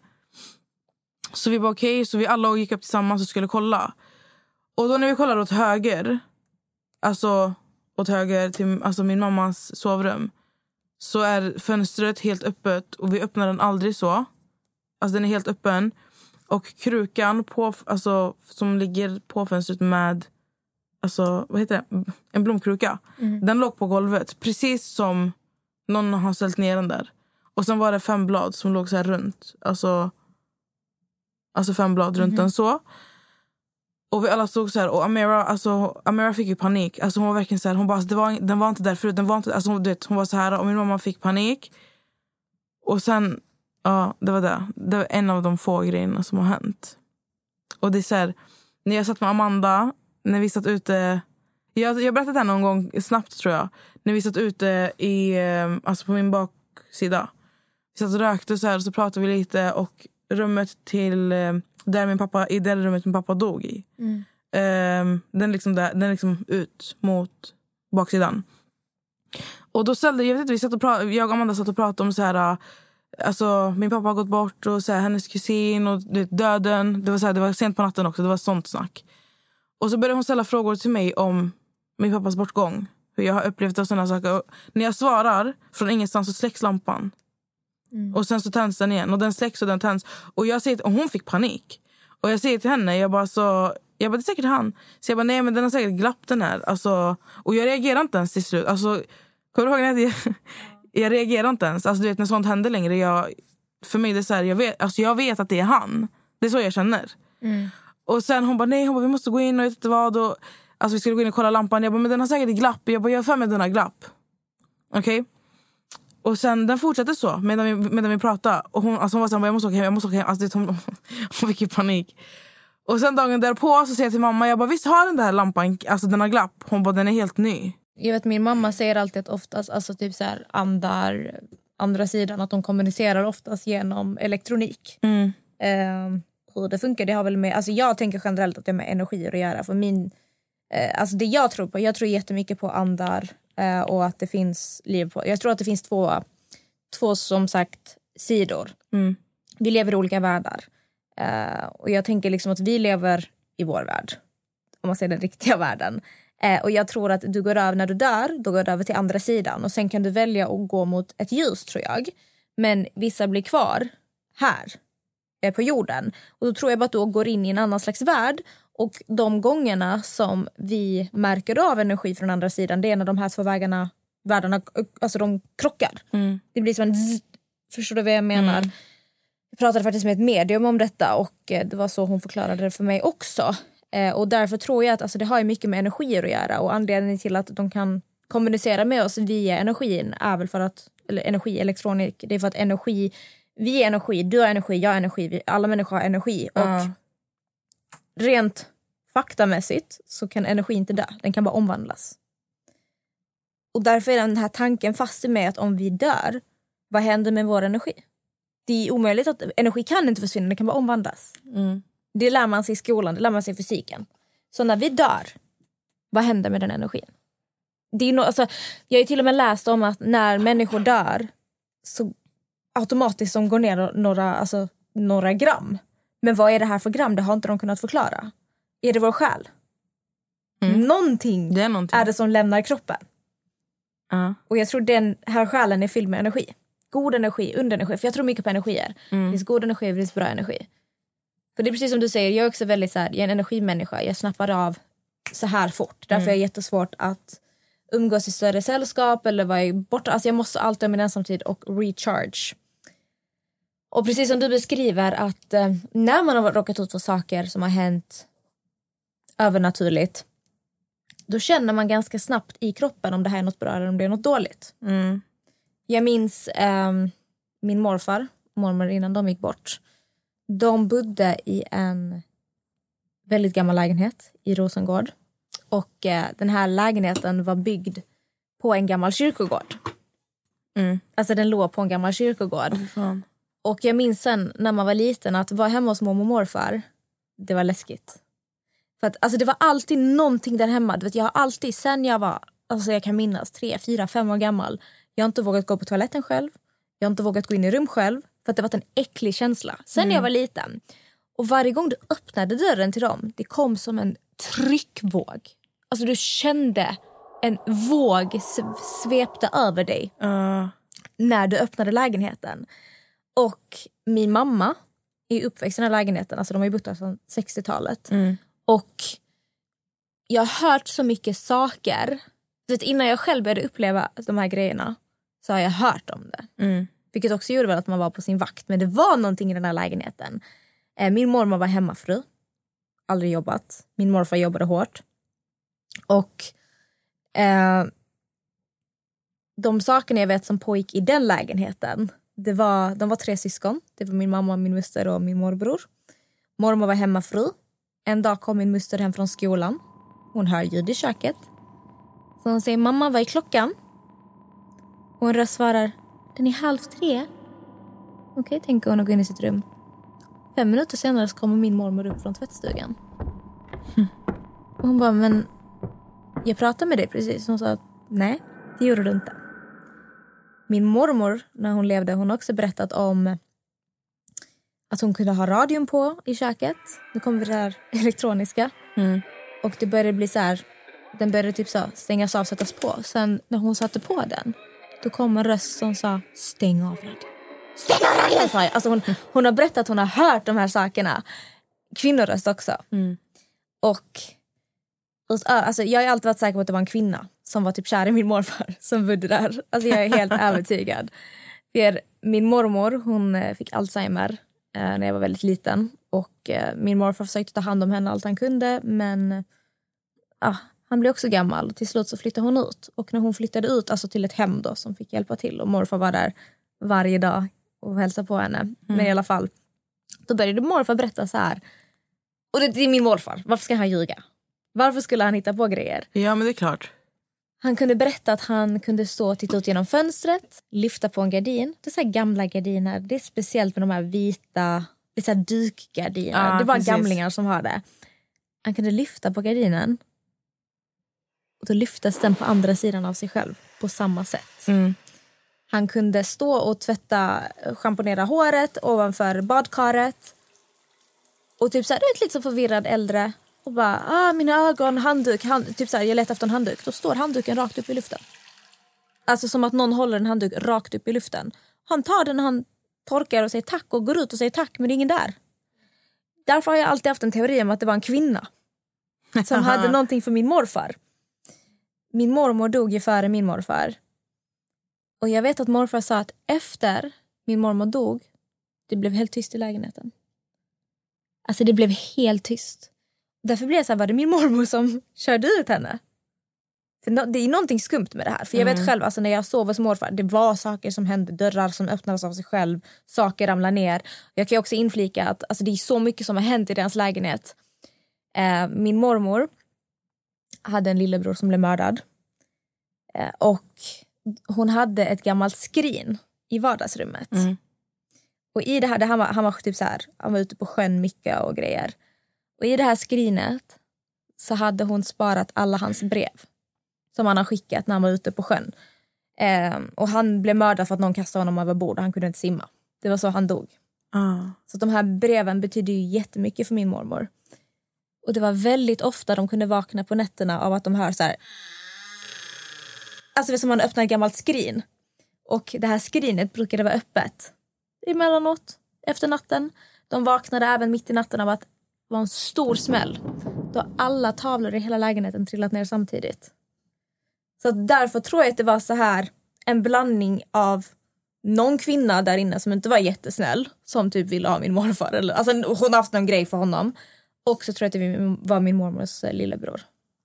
Så vi bara okej, okay, så vi alla gick upp tillsammans och skulle kolla. Och då när vi kollade åt höger, alltså åt höger till alltså min mammas sovrum, så är fönstret helt öppet och vi öppnar den aldrig så. Alltså den är helt öppen. Och krukan på, alltså, som ligger på fönstret med, alltså, vad heter det? En blomkruka. Mm. Den låg på golvet, precis som någon har ställt ner den där. Och sen var det fem blad som låg så här runt. Alltså, alltså fem blad runt mm. den så. Och vi alla stod så här. Och Amira, alltså, Amira fick ju panik. Alltså hon var verkligen så här. Hon bara, alltså, det var, den var inte där förut. Den var inte, alltså, du vet, hon var så här. Och min mamma fick panik. Och sen, ja, det var det. Det var en av de få grejerna som har hänt. Och det är så här. När jag satt med Amanda. När vi satt ute. Jag, jag berättade det här någon gång snabbt tror jag. När vi satt ute i, alltså på min baksida. Vi satt och rökte så här. Och så pratade vi lite. Och rummet till där min pappa, i det rummet min pappa dog i. Mm. Um, den liksom där, den liksom ut mot baksidan. Och då ställde jag vet inte, vi satt och pratade, jag och Amanda satt och pratade om så här, alltså min pappa har gått bort och så här, hennes kusin och det, döden. Det var så här, det var sent på natten också, det var sånt snack. Och så började hon ställa frågor till mig om min pappas bortgång, hur jag har upplevt och sådana saker. Och när jag svarar från ingenstans så släcks lampan. Mm. Och sen så tänds den igen. Och den släcks och den tänds. Och jag säger, och hon fick panik. Och jag säger till henne, jag bara så, jag bara, det är säkert han. Så jag bara, nej men den har säkert glapp den här. Alltså, och jag reagerar inte ens till slut. Alltså, Kommer du ihåg när jag, jag reagerar inte ens. Alltså du vet när sånt händer längre. Jag, för mig det är så här, jag vet, alltså, jag vet att det är han. Det är så jag känner. Mm. Och sen hon bara, nej hon bara, vi måste gå in och vet inte vad. Och, alltså vi skulle gå in och kolla lampan. Jag bara, men den har säkert glapp. Jag bara, jag har för mig den har glapp. Okej. Okay? Och sen den fortsatte så medan vi, medan vi pratade. Och hon, alltså hon var så här, jag måste åka hem, jag måste åka hem. Alltså, hon, hon fick ju panik. Och sen dagen därpå så säger jag till mamma, jag bara, visst har den där lampan, alltså den har glapp. Hon bara, den är helt ny. Jag vet, min mamma säger alltid att oftast, alltså typ så här, andar, andra sidan, att de kommunicerar oftast genom elektronik. Mm. Eh, hur det funkar, det har väl med, alltså jag tänker generellt att det är med energi att göra. För min, eh, alltså det jag tror på, jag tror jättemycket på andar eh, och att det finns liv på. Jag tror att det finns två, två som sagt sidor. Mm. Vi lever i olika världar. Uh, och jag tänker liksom att vi lever i vår värld, om man säger den riktiga världen, uh, och jag tror att du går över, när du dör, då går du över till andra sidan och sen kan du välja att gå mot ett ljus, tror jag, men vissa blir kvar här uh, på jorden, och då tror jag bara att du går in i en annan slags värld, och de gångerna som vi märker av energi från andra sidan, det är när de här två vägarna, världarna, alltså de krockar. Mm. Det blir som en zzz, förstår du vad jag menar? Mm. Jag pratade faktiskt med ett medium om detta, och det var så hon förklarade det för mig också. Och därför tror jag att alltså, det har mycket med energier att göra, och anledningen till att de kan kommunicera med oss via energin är väl för att, eller energi, elektronik, det är för att energi, vi är energi, du har energi, jag har energi, vi, alla människor har energi. Och uh. rent faktamässigt så kan energi inte dö, den kan bara omvandlas. Och därför är den här tanken fast med att om vi dör, vad händer med vår energi? Det är omöjligt att energi kan inte försvinna, det kan bara omvandlas. Mm. Det lär man sig i skolan, det lär man sig i fysiken. Så när vi dör, vad händer med den energin? Det är no, alltså, jag har ju till och med läst om att när människor dör så automatiskt de går ner några, alltså, några gram. Men vad är det här för gram? Det har inte de kunnat förklara. Är det vår själ? Mm. Någonting, det är någonting är det som lämnar kroppen. Uh. Och jag tror den här själen är fylld med energi. God energi, underenergi. För jag tror mycket på energier. Mm. Det finns god energi, det finns bra energi. För det är precis som du säger, jag är också väldigt så här, jag är en energimänniska. Jag snappar av så här fort. Därför mm. är det jättesvårt att umgås i större sällskap eller vara borta. Alltså jag måste alltid ha min ensamtid och recharge. Och precis som du beskriver att eh, när man har råkat ut för saker som har hänt övernaturligt, då känner man ganska snabbt i kroppen om det här är något bra eller om det är något dåligt. Mm. Jag minns eh, min morfar och mormor innan de gick bort. De bodde i en väldigt gammal lägenhet i Rosengård. Och eh, den här lägenheten var byggd på en gammal kyrkogård. Mm. Alltså den låg på en gammal kyrkogård. Oh, fan. Och jag minns sen när man var liten att vara hemma hos mormor och morfar, det var läskigt. För att alltså det var alltid någonting där hemma. Du vet, jag har alltid, sen jag var, alltså jag kan minnas, tre, fyra, fem år gammal. Jag har inte vågat gå på toaletten själv. Jag har inte vågat gå in i rum själv. För att det var en äcklig känsla. Sen mm. när jag var liten. Och varje gång du öppnade dörren till dem, det kom som en tryckvåg. Alltså du kände en våg svepta över dig. Uh. När du öppnade lägenheten. Och min mamma är uppväxt i den här lägenheten. Alltså de har ju bott där sedan sextiotalet. Mm. Och jag har hört så mycket saker. Så att innan jag själv började uppleva de här grejerna så har jag hört om det. Mm. Vilket också gjorde väl att man var på sin vakt. Men det var någonting i den här lägenheten. Eh, min mormor var hemmafru. Aldrig jobbat. Min morfar jobbade hårt. Och eh, de sakerna jag vet som pågick i den lägenheten. Det var, de var tre syskon. Det var min mamma, min moster och min morbror. Mormor var hemmafru. En dag kom min moster hem från skolan. Hon hör ljud i köket. Så hon säger, mamma, vad är klockan? Och en röst svarar, den är halv tre. Okej, okay, tänker hon och går in i sitt rum. Fem minuter senare så kommer min mormor upp från tvättstugan. Mm. Och hon bara, men jag pratade med dig precis. Hon sa, nej, det gjorde du inte. Min mormor, när hon levde, hon har också berättat om att hon kunde ha radion på i köket. Nu kommer vi det här elektroniska. Mm. Och det började bli så här, den började typ så stängas av, sättas på. Sen när hon satte på den, då kom en röst som sa, stäng av radion. Stäng av radion, sa jag. Alltså hon, hon har berättat att hon har hört de här sakerna. Kvinnoröst också. Mm. Och Alltså, jag har alltid varit säker på att det var en kvinna som var typ kär i min morfar som bodde där. Alltså, jag är helt övertygad. För min mormor, hon fick Alzheimer eh, när jag var väldigt liten. Och eh, min morfar försökte ta hand om henne allt han kunde. Men ah, han blev också gammal. Till slut så flyttade hon ut. Och när hon flyttade ut, alltså till ett hem då, som fick hjälpa till. Och morfar var där varje dag och hälsade på henne. Mm. Men i alla fall, då började morfar berätta så här. Och det, det är min morfar. Varför ska han ljuga? Varför skulle han hitta på grejer? Ja, men det är klart. Han kunde berätta att han kunde stå och titta ut genom fönstret. Lyfta på en gardin. Det är så här gamla gardiner. Det är speciellt med de här vita, det är så här dykgardiner. Ja, det är bara precis. gamlingar som har det. Han kunde lyfta på gardinen. Och då lyftes den på andra sidan av sig själv. På samma sätt. Mm. Han kunde stå och tvätta, schamponera håret ovanför badkaret. Och typ så här, du är lite så förvirrad äldre. Och bara, ah, mina ögon, handduk, hand, typ så här, jag letar efter en handduk. Då står handduken rakt upp i luften. Alltså som att någon håller en handduk rakt upp i luften. Han tar den, han torkar och säger tack och går ut och säger tack, men det är ingen där. Därför har jag alltid haft en teori om att det var en kvinna. Som hade någonting för min morfar. Min mormor dog ju före min morfar. Och jag vet att morfar sa att efter min mormor dog, det blev helt tyst i lägenheten. Alltså det blev helt tyst. Därför blev det så här, var det min mormor som körde ut henne? För det är någonting skumt med det här. För jag vet mm. själv, alltså när jag sov hos morfar, det var saker som hände, dörrar som öppnades av sig själv, saker ramlar ner. Jag kan också inflika att alltså, det är så mycket som har hänt i deras lägenhet. Eh, min mormor hade en lillebror som blev mördad. Eh, och hon hade ett gammalt skrin i vardagsrummet. Mm. Och i det här, det, han, var, han var typ så här, han var ute på sjön mycket och grejer. Och i det här skrinet så hade hon sparat alla hans brev som han har skickat när han var ute på sjön. Eh, och han blev mördad för att någon kastade honom över bord och han kunde inte simma. Det var så han dog. Uh. Så de här breven betydde ju jättemycket för min mormor. Och det var väldigt ofta de kunde vakna på nätterna av att de hör så här. Alltså det är som man öppnar ett gammalt skrin. Och det här skrinet brukade vara öppet emellanåt efter natten. De vaknade även mitt i natten av att det var en stor smäll. Då alla tavlor i hela lägenheten trillat ner samtidigt. Så därför tror jag att det var så här en blandning av någon kvinna där inne som inte var jättesnäll. Som typ ville ha min morfar. Eller, alltså hon har haft någon grej för honom. Och så tror jag att det var min mormors lillebror.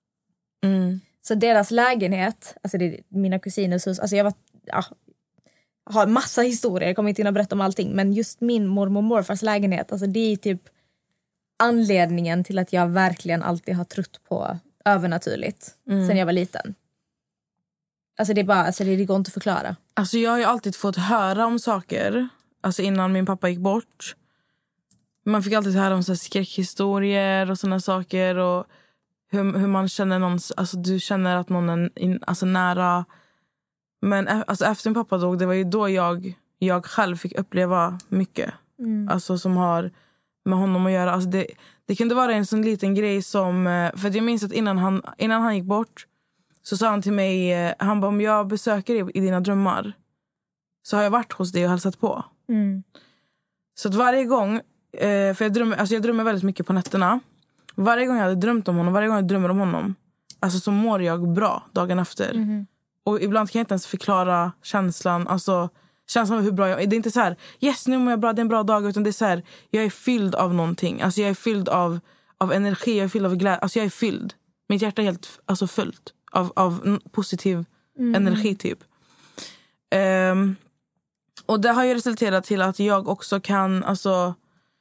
Mm. Så deras lägenhet, alltså det är mina kusiners hus. Alltså jag var, ja, har massa historier, jag kommer inte hinna berätta om allting. Men just min mormor och morfars lägenhet, alltså det är typ anledningen till att jag verkligen alltid har trott på övernaturligt. Mm. Sen jag var liten. Alltså det är bara, alltså det, det går inte att förklara. Alltså jag har ju alltid fått höra om saker. Alltså innan min pappa gick bort. Man fick alltid höra om så här skräckhistorier och såna saker. Och hur, hur man känner någon, alltså du känner att någon är in, alltså nära. Men alltså efter min pappa dog, det var ju då jag, jag själv fick uppleva mycket. Mm. Alltså som har med honom att göra. Alltså det, det kunde vara en sån liten grej som, för att jag minns att innan han, innan han gick bort så sa han till mig, han bara, om jag besöker dig i dina drömmar så har jag varit hos dig och hälsat på. Mm. Så att varje gång, för jag drömmer, alltså jag drömmer väldigt mycket på nätterna. Varje gång jag hade drömt om honom, varje gång jag drömmer om honom, alltså så mår jag bra dagen efter. Mm. Och ibland kan jag inte ens förklara känslan, alltså känslan av hur bra jag är. Det är inte så här, yes nu mår jag bra, det är en bra dag, utan det är så här, jag är fylld av någonting. Alltså jag är fylld av, av energi, jag är fylld av glädje, alltså jag är fylld. Mitt hjärta är helt alltså fullt av, av positiv mm. energi typ. Um, och det har ju resulterat till att jag också kan, alltså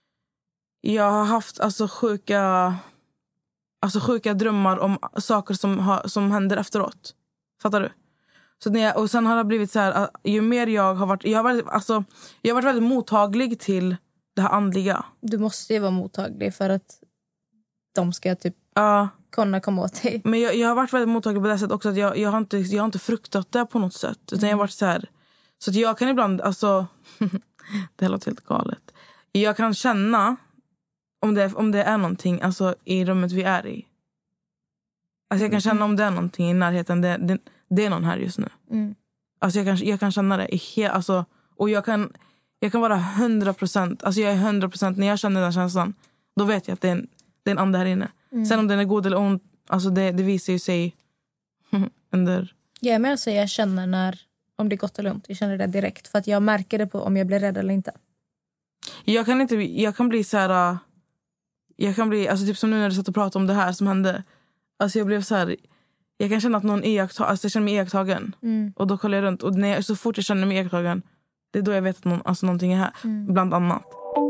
jag har haft alltså sjuka alltså sjuka drömmar om saker som, har, som händer efteråt. Fattar du? Så när jag, och sen har det blivit så här, ju mer jag har varit, jag har varit, alltså, jag har varit väldigt mottaglig till det här andliga. Du måste ju vara mottaglig för att de ska typ uh, kunna komma åt dig. Men jag, jag har varit väldigt mottaglig på det sättet också att jag, jag, har inte, jag har inte fruktat det på något sätt. Utan mm. jag har varit så här, så att jag kan ibland, alltså det här låter helt galet. Jag kan känna om det, om det är någonting alltså, i rummet vi är i. Alltså jag kan känna om det är någonting i närheten. Det, det, det är någon här just nu. Mm. Alltså jag kan, jag kan känna det i he, alltså, och jag kan, jag kan vara hundra procent. Alltså jag är hundra procent. När jag känner den känslan, då vet jag att det är en, det är en ande här inne. Mm. Sen om den är god eller ond, Alltså det, det visar ju sig under... Jag är med och säger jag känner när, om det är gott eller ont. Jag känner det direkt. För att jag märker det på om jag blir rädd eller inte. Jag kan inte, jag kan bli så här... Jag kan bli, alltså typ som nu när du satt och pratade om det här som hände. Alltså jag blev så här... Jag kan känna att någon iakttar, alltså jag känner mig iakttagen. Mm. Och då kollar jag runt. Och när jag, så fort jag känner mig iakttagen, det är då jag vet att någon, alltså någonting är här. Mm. Bland annat.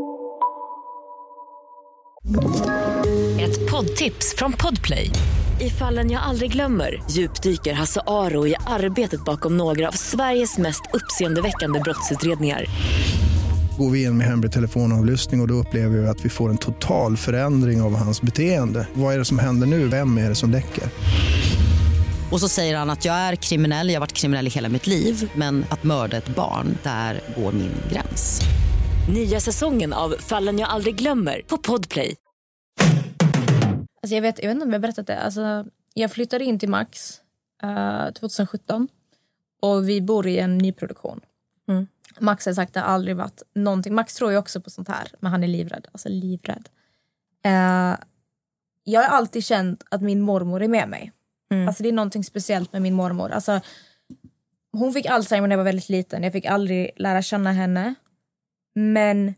Ett poddtips från Podplay. I Fallen jag aldrig glömmer djupdyker Hasse Aro i arbetet bakom några av Sveriges mest uppseendeväckande brottsutredningar. Går vi in med hemlig telefonavlyssning och, och då upplever vi att vi får en total förändring av hans beteende. Vad är det som händer nu? Vem är det som läcker? Och så säger han att jag är kriminell, jag har varit kriminell i hela mitt liv. Men att mörda ett barn, där går min gräns. Nya säsongen av Fallen jag aldrig glömmer på Podplay. Alltså jag, vet, jag vet inte om jag berättat det. Alltså, jag flyttade in till Max uh, tjugohundrasjutton. Och vi bor i en nyproduktion. Mm. Max har sagt att det aldrig varit någonting. Max tror ju också på sånt här. Men han är livrädd. Alltså livrädd. Uh, jag har alltid känt att min mormor är med mig. Mm. Alltså det är någonting speciellt med min mormor. Alltså, hon fick Alzheimer när jag var väldigt liten. Jag fick aldrig lära känna henne. Men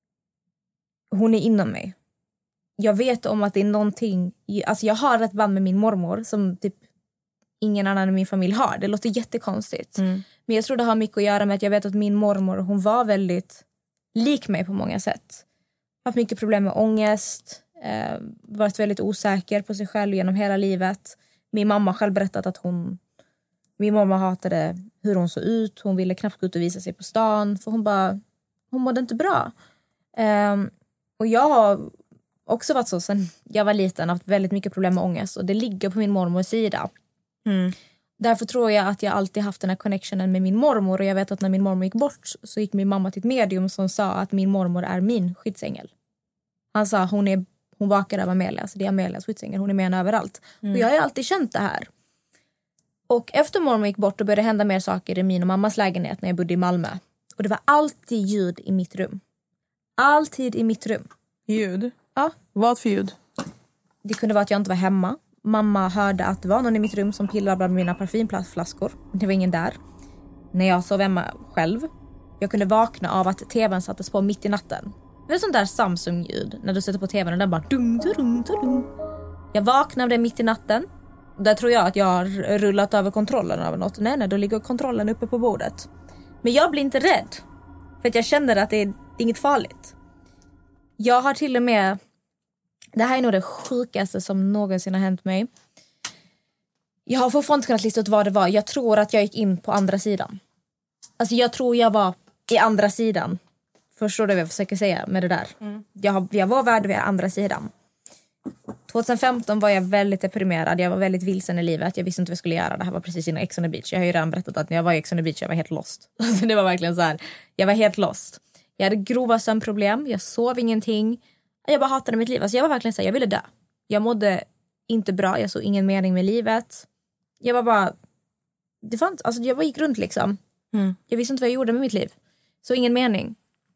hon är inom mig. Jag vet om att det är någonting... Alltså jag har ett band med min mormor som typ ingen annan i min familj har. Det låter jättekonstigt. Mm. Men jag tror det har mycket att göra med att jag vet att min mormor, hon var väldigt lik mig på många sätt. Haft mycket problem med ångest. Eh, varit väldigt osäker på sig själv genom hela livet. Min mamma själv berättat att hon... Min mamma hatade hur hon såg ut. Hon ville knappt gå ut och visa sig på stan. För hon bara... Hon mådde inte bra. Eh, och jag har också varit så sen jag var liten. Haft väldigt mycket problem med ångest. Och det ligger på min mormors sida. Mm. Därför tror jag att jag alltid haft den här connectionen med min mormor. Och jag vet att när min mormor gick bort så gick min mamma till ett medium som sa att min mormor är min skyddsängel. Han sa hon är hon vakar över Amelia. Så det är Amelias skyddsängel. Hon är med henne överallt. Mm. Och jag har alltid känt det här. Och efter mormor gick bort då började det hända mer saker i min och mammas lägenhet när jag bodde i Malmö. Och det var alltid ljud i mitt rum. Alltid i mitt rum. Ljud? Ja. Vad för ljud? Det kunde vara att jag inte var hemma. Mamma hörde att det var någon i mitt rum som pillrade bland mina parfymflaskor. Det var ingen där. När jag sov hemma själv. Jag kunde vakna av att tvn sattes på mitt i natten. Det är sånt där Samsung-ljud. När du sätter på tvn och den bara... Dum, dum, dum. Jag vaknade av det mitt i natten. Där tror jag att jag har rullat över kontrollen av något. Nej, nej, då ligger kontrollen uppe på bordet. Men jag blir inte rädd. För att jag känner att det är, det är inget farligt. Jag har till och med... Det här är nog det sjukaste som någonsin har hänt mig. Jag har fortfarande kunnat lista ut vad det var. Jag tror att jag gick in på andra sidan. Alltså jag tror jag var i andra sidan. Förstår du vad jag försöker säga med det där? Mm. Jag, jag var värd vid andra sidan. tjugohundrafemton var jag väldigt deprimerad. Jag var väldigt vilsen i livet. Jag visste inte vad jag skulle göra. Det här var precis innan Ex on the Beach. Jag har ju redan berättat att när jag var i Ex on the Beach jag var helt lost. Alltså det var verkligen så här. Jag var helt lost. Jag hade grova sömnproblem. Jag sov ingenting. Jag bara hatade mitt liv. Alltså jag var verkligen så här, jag ville dö. Jag mådde inte bra. Jag såg ingen mening med livet. Jag var bara... Det fanns, alltså jag bara gick runt liksom. Mm. Jag visste inte vad jag gjorde med mitt liv. Så ingen mening.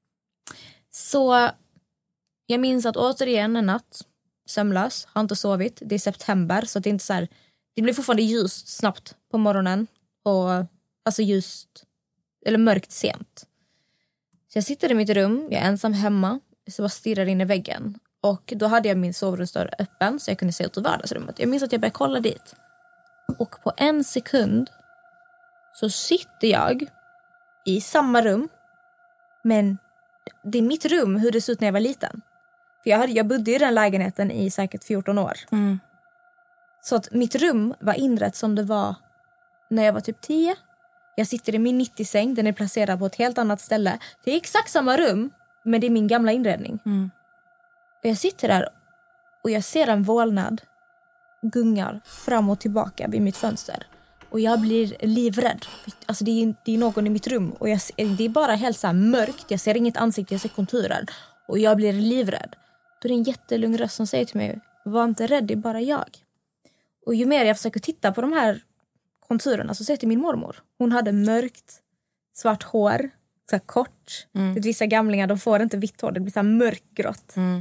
Så jag minns att återigen en natt sömnlös, har inte sovit. Det är september så det är inte så här, det blir fortfarande ljust snabbt på morgonen och alltså ljust eller mörkt sent. Så jag sitter i mitt rum, jag är ensam hemma, så bara stirrar in i väggen och då hade jag min sovrumsdörr öppen så jag kunde se ut i vardagsrummet. Jag minns att jag började kolla dit. Och på en sekund så sitter jag i samma rum, men det är mitt rum hur det såg ut när jag var liten. För jag, hade, jag bodde i den lägenheten i säkert fjorton år. Mm. Så att mitt rum var inrätt som det var när jag var typ tio. Jag sitter i min nittio-säng. Den är placerad på ett helt annat ställe. Det är exakt samma rum, men det är min gamla inredning. Mm. Och jag sitter där och jag ser en vålnad gungar fram och tillbaka vid mitt fönster. Och jag blir livrädd. Alltså det är, det är någon i mitt rum. Och jag, det är bara helt så här mörkt. Jag ser inget ansikte, jag ser konturer. Och jag blir livrädd. Då är det en jättelugn röst som säger till mig: var inte rädd, det är bara jag. Och ju mer jag försöker titta på de här konturerna så ser jag till min mormor. Hon hade mörkt, svart hår, så här kort. Mm. Vissa gamlingar, de får inte vitt hår, det blir så här mörkgrått. Mm.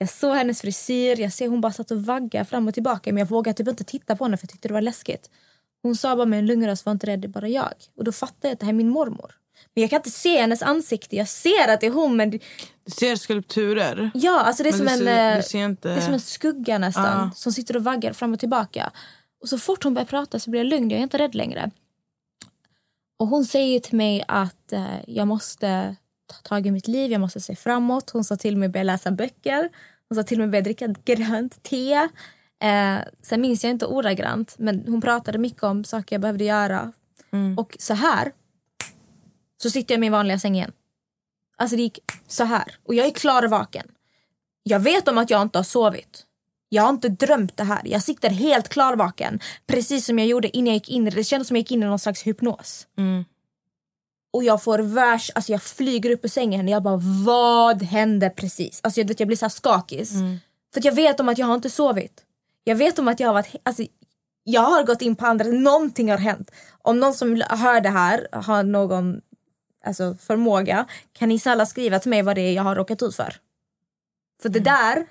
Jag såg hennes frisyr. Jag ser hon bara satt och vagga fram och tillbaka. Men jag vågade typ inte titta på henne för jag tyckte det var läskigt. Hon sa bara med en lungröst, var inte rädd, det är bara jag. Och då fattade jag att det här är min mormor. Men jag kan inte se hennes ansikte. Jag ser att det är hon, men... Du ser skulpturer. Ja, alltså det är, som en, ser, ser inte... det är som en skugga nästan. Ah. Som sitter och vaggar fram och tillbaka. Och så fort hon börjar prata så blir jag lugn. Jag är inte rädd längre. Och hon säger till mig att eh, jag måste ta tag i mitt liv. Jag måste se framåt. Hon sa till mig att börja läsa böcker. Hon sa till mig att börja dricka grönt te. Eh, sen minns jag inte ordagrant. Men hon pratade mycket om saker jag behövde göra. Mm. Och så här så sitter jag i min vanliga säng igen. Alltså det gick så här. Och jag är klar och vaken. Jag vet om att jag inte har sovit. Jag har inte drömt det här. Jag sitter helt klar och vaken. Precis som jag gjorde innan jag gick in. Det kändes som jag gick in i någon slags hypnos. Mm. Och jag får värst... Alltså jag flyger upp ur sängen. Och jag bara, vad hände precis? Alltså jag, vet, jag blir så här skakig. Mm. För att jag vet om att jag har inte sovit. Jag vet om att jag har varit... Alltså, jag har gått in på andra. Någonting har hänt. Om någon som hör det här har någon alltså, förmåga, kan ni snälla skriva till mig vad det är jag har råkat ut för. För det där...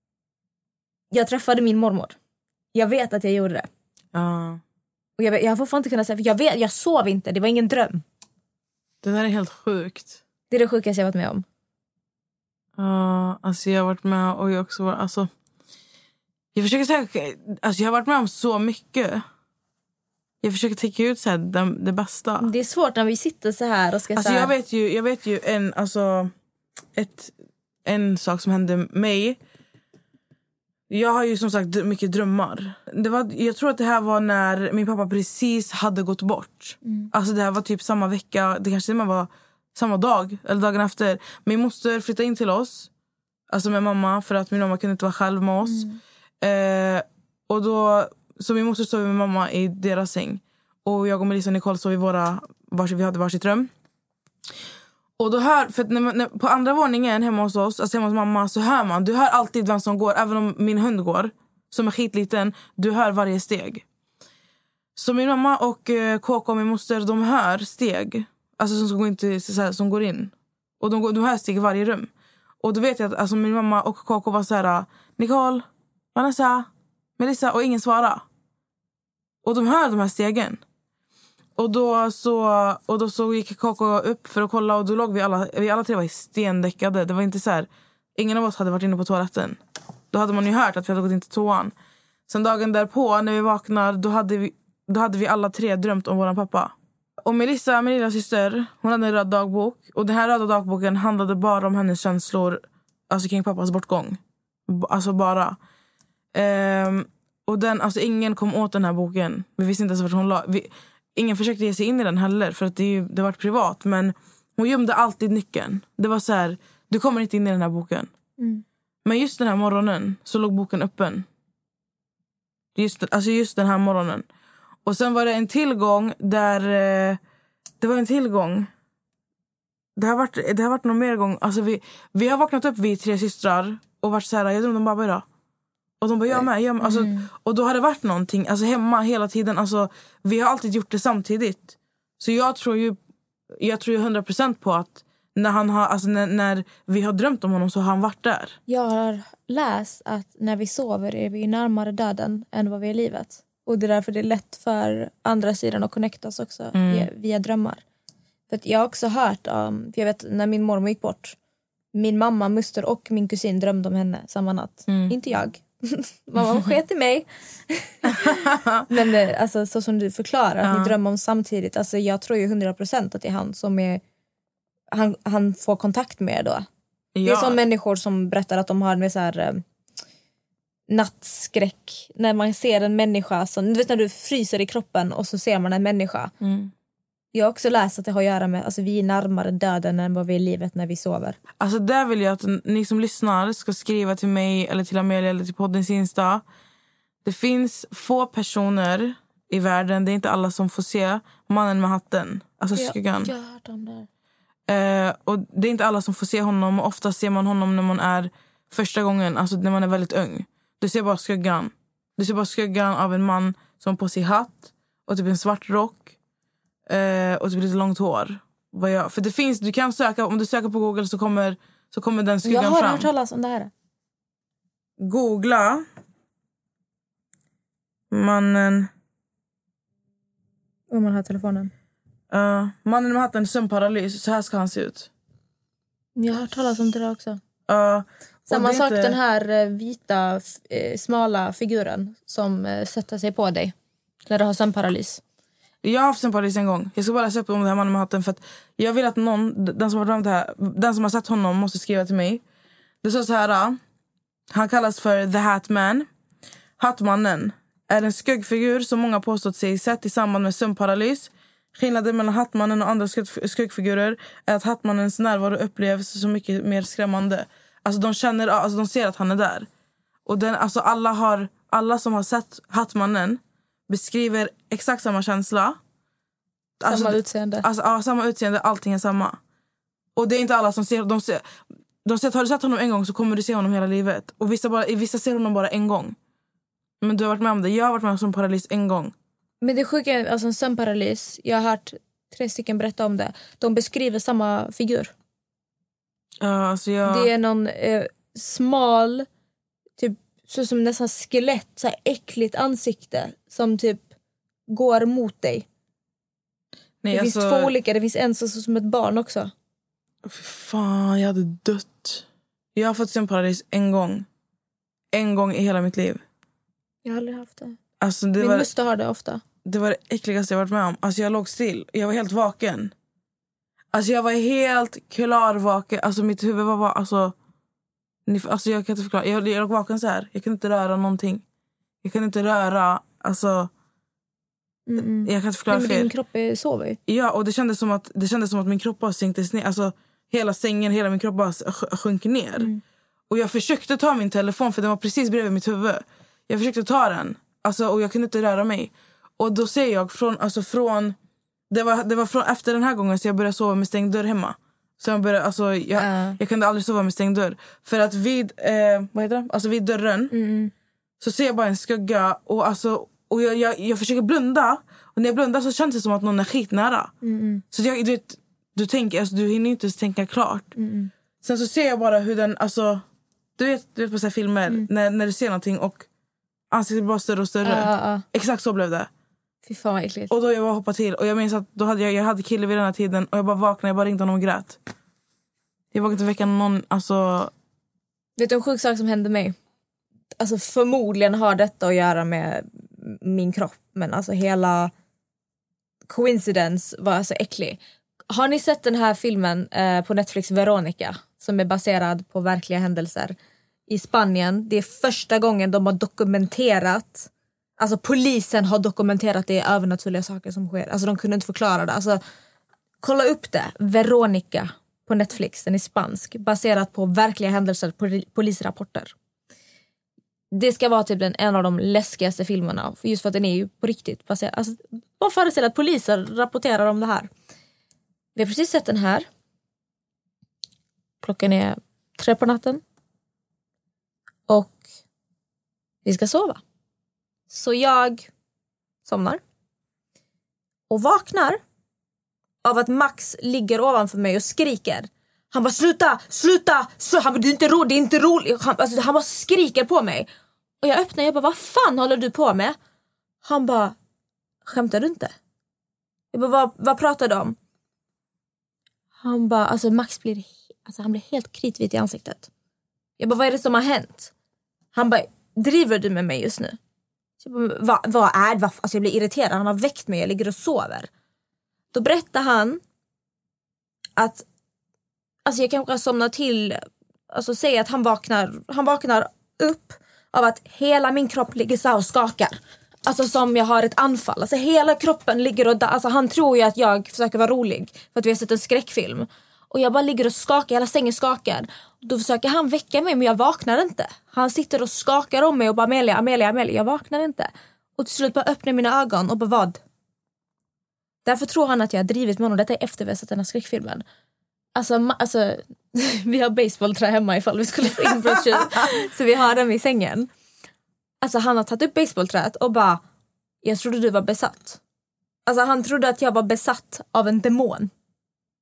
Jag träffade min mormor. Jag vet att jag gjorde det. Uh. Och jag, jag har fortfarande inte kunnat säga... För jag, vet, jag sov inte. Det var ingen dröm. Det där är helt sjukt. Det är det sjukaste jag varit med om. Ja, uh, alltså jag har varit med och jag också var... Alltså, jag försöker säga... Alltså jag har varit med om så mycket. Jag försöker täcka ut så här, det, det bästa. Det är svårt när vi sitter så här och ska... Alltså så här... jag vet ju, jag vet ju en, alltså, ett, en sak som hände mig. Jag har ju som sagt mycket drömmar. Det var, jag tror att det här var när min pappa precis hade gått bort. Mm. Alltså det här var typ samma vecka. Det kanske var samma dag eller dagen efter. Min moster flyttade in till oss. Alltså med mamma. För att min mamma kunde inte vara själv med oss. Mm. Eh, och då, så min moster sov med mamma i deras säng. Och jag och Melissa och Nicole sov i våra, vars, vi hade varsitt rum. Och då hör, för när, när, på andra våningen hemma hos oss, alltså hemma hos mamma, så hör man, du hör alltid vem som går, även om min hund går, som är skitliten, du hör varje steg. Så min mamma och eh, Kåka och min moster, de hör steg, alltså som går in, till, så här, som går in. Och de, de hör steg i varje rum. Och då vet jag att alltså, min mamma och Kåka var så här: Nicole, Vanessa, Melissa, och ingen svarar. Och de hör de här stegen. Och då så och då så gick Kaka upp för att kolla, och då låg vi alla vi alla tre var stendäckade. Det var inte så här, ingen av oss hade varit inne på toaletten. Då hade man ju hört att vi hade gått in till toan. Sen dagen därpå när vi vaknar, då hade vi då hade vi alla tre drömt om våran pappa. Och Melissa, min lilla syster, hon hade en röd dagbok, och den här röda dagboken handlade bara om hennes känslor, alltså kring pappas bortgång. Alltså bara ehm, och den, alltså ingen kom åt den här boken. Vi visste inte ens vart hon la. Vi, ingen försökte ge sig in i den heller, för att det, ju, det var privat. Men hon gömde alltid nyckeln. Det var så här, du kommer inte in i den här boken. Mm. Men just den här morgonen så låg boken öppen. Just, alltså just den här morgonen. Och sen var det en tillgång där... Eh, det var en tillgång. Det har varit, det har varit någon mer gång. Alltså vi, vi har vaknat upp, vi tre systrar, och varit så här, jag drömde om Babba idag. Och de bara, jag med, jag med. Alltså, mm. Och då har det varit någonting, alltså hemma hela tiden. Alltså, vi har alltid gjort det samtidigt. Så jag tror ju jag tror ju hundra procent på att när, han har, alltså när, när vi har drömt om honom så har han varit där. Jag har läst att när vi sover är vi närmare döden än vad vi är i livet. Och det är därför det är lätt för andra sidan att connecta oss också mm. via, via drömmar. För att jag har också hört om, för jag vet när min mormor gick bort, min mamma, muster och min kusin drömde om henne samma natt. Mm. Inte jag. Mamma sket i mig. Men det, alltså, så som du förklarar att ja. Ni drömmer om samtidigt, alltså, jag tror ju hundra procent att det är han som är han, han får kontakt med då. Ja. Det är som människor som berättar att de har med så här eh, nattskräck när man ser en människa som, du vet när du fryser i kroppen och så ser man en människa. Mm. Jag har också läst att det har att göra med, alltså vi är närmare döden än vad vi är i livet när vi sover. Alltså där vill jag att ni som lyssnar ska skriva till mig eller till Amelia eller till poddens Insta. Det finns få personer i världen, det är inte alla som får se mannen med hatten, alltså skuggan. Jag har hört om det. Eh, och det är inte alla som får se honom, och ofta ser man honom när man är första gången, alltså när man är väldigt ung. Du ser bara skuggan. Du ser bara skuggan av en man som på sig hatt och typ en svart rock. Uh, och typ lite långt hår. Vad jag, för det finns, du kan söka, om du söker på Google så kommer, så kommer den skuggan fram. Jag har fram. hört talas om det här. googla mannen... Om man har telefonen. Uh, mannen med hatten sömnparalys. Så här ska han se ut. Jag har hört talas om det där också. Uh, Samma sak inte... den här vita, eh, smala figuren som eh, sätter sig på dig när du har sömnparalys. Jag har haft sömnparalys en gång. Jag ska bara läsa upp om den här mannen med hatten. För att jag vill att någon, den som har varit med det här, den som har sett honom måste skriva till mig. Det står så här. Han kallas för The Hat Man. Hattmannen är en skuggfigur som många påstått sig sett i samband med sömnparalys. Skillnaden mellan Hattmannen och andra skuggfigurer är att Hattmannens närvaro upplevs så mycket mer skrämmande. Alltså de känner, alltså de ser att han är där. Och den, alltså alla, har, alla som har sett Hattmannen beskriver exakt samma känsla. Alltså, samma utseende. Alltså, ja, samma utseende, allting är samma. Och det är inte alla som ser, de ser, de ser, har du sett honom en gång så kommer du se honom hela livet. Och vissa, bara, vissa ser honom bara en gång. Men du har varit med om det. Jag har varit med om sömnparalys en gång. Men det sjuka är, alltså en sömnparalys, jag har hört tre stycken berätta om det. De beskriver samma figur. Uh, alltså jag... Det är någon eh, smal, typ så som nästan skelett, så här äckligt ansikte som typ går mot dig. Nej, det alltså... finns två olika, det finns en som ser som ett barn också. Fy fan, jag hade dött. Jag har fått sömnparalys en gång. En gång i hela mitt liv. Jag har aldrig haft det. Alltså, det Min var... muster har det ofta. Det var det äckligaste jag varit med om. Alltså jag låg still. Jag var helt vaken. Alltså jag var helt klar vaken. Alltså mitt huvud var bara... Alltså, ni, alltså jag kan inte förklara. Jag, jag låg vaken så här. Jag kunde inte röra någonting. Jag kunde inte röra... Alltså... Mm-mm. Jag kan inte förklara men fel. Din kropp är sover. Ja, och det kändes som att, det kändes som att min kropp bara sänktes ner. Alltså hela sängen, hela min kropp bara sjönk ner. Mm. Och jag försökte ta min telefon för den var precis bredvid mitt huvud. Jag försökte ta den. Alltså, och jag kunde inte röra mig. Och då ser jag från, alltså från, det var, det var från efter den här gången så jag började sova med stängd dörr hemma. Så jag började, alltså jag, uh. jag kunde aldrig sova med stängd dörr. För att vid, eh, vad heter det? Alltså vid dörren mm. så ser jag bara en skugga. Och, alltså, och jag, jag, jag försöker blunda. Och när jag blundar så känns det som att någon är skitnära. Mm. Så jag, du vet, du tänker, alltså du hinner inte tänka klart. Mm. Sen så ser jag bara hur den, alltså, du vet, du vet på så här filmer, mm. när, när du ser någonting och ansiktet blir bara större och större. Uh, uh. Exakt så blev det. Fy fan vad äckligt. Och då jag bara hoppade till. Och jag minns att då hade jag, jag hade kille vid den här tiden. Och jag bara vaknade, jag bara ringde honom och grät. Jag vågade inte väcka någon, alltså... Vet du en sjuk sak som hände mig? Alltså förmodligen har detta att göra med min kropp. Men alltså hela coincidence var så äcklig. Har ni sett den här filmen eh, på Netflix, Veronica? Som är baserad på verkliga händelser i Spanien. Det är första gången de har dokumenterat, alltså polisen har dokumenterat det övernaturliga saker som sker. Alltså de kunde inte förklara det. Alltså kolla upp det. Veronica på Netflix, den är spansk, baserat på verkliga händelser, på polisrapporter. Det ska vara typ den, en av de läskigaste filmerna, just för att den är ju på riktigt baserad. Alltså, bara föreställa att poliser rapporterar om det här. Vi har precis sett den här. Klockan är tre på natten. Och vi ska sova. Så jag somnar. Och vaknar av att Max ligger ovanför mig och skriker. Han bara sluta, sluta, sluta. Han bara, det är inte roligt, det är inte roligt. Han, alltså, han bara skriker på mig. Och jag öppnar och jag bara, vad fan håller du på med? Han bara, skämtar du inte? Jag bara, vad, vad pratar du om? Han bara, alltså Max blir, alltså, han blir helt kritvit i ansiktet. Jag bara, vad är det som har hänt? Han bara, driver du med mig just nu? Så jag bara, vad, vad är det? Alltså jag blir irriterad, han har väckt mig, jag ligger och sover. Då berättar han att alltså jag kanske somnar till, alltså säger att han vaknar, han vaknar upp av att hela min kropp ligger så här och skakar. Alltså som jag har ett anfall. Alltså hela kroppen ligger och alltså han tror ju att jag försöker vara rolig för att vi har sett en skräckfilm. Och jag bara ligger och skakar, hela sängen skakar. Då försöker han väcka mig men jag vaknar inte. Han sitter och skakar om mig och bara Amelia, Amelia, Amelia, jag vaknar inte. Och till slut bara öppnar mina ögon och bara vad? Därför tror han att jag har drivit med honom. Detta är efter vi har sett den här skräckfilmen. Alltså, alltså vi har baseballträ hemma ifall vi skulle få inbrott. Så vi har den i sängen. Alltså han har tagit upp baseballträet och bara, jag trodde du var besatt. Alltså han trodde att jag var besatt av en demon.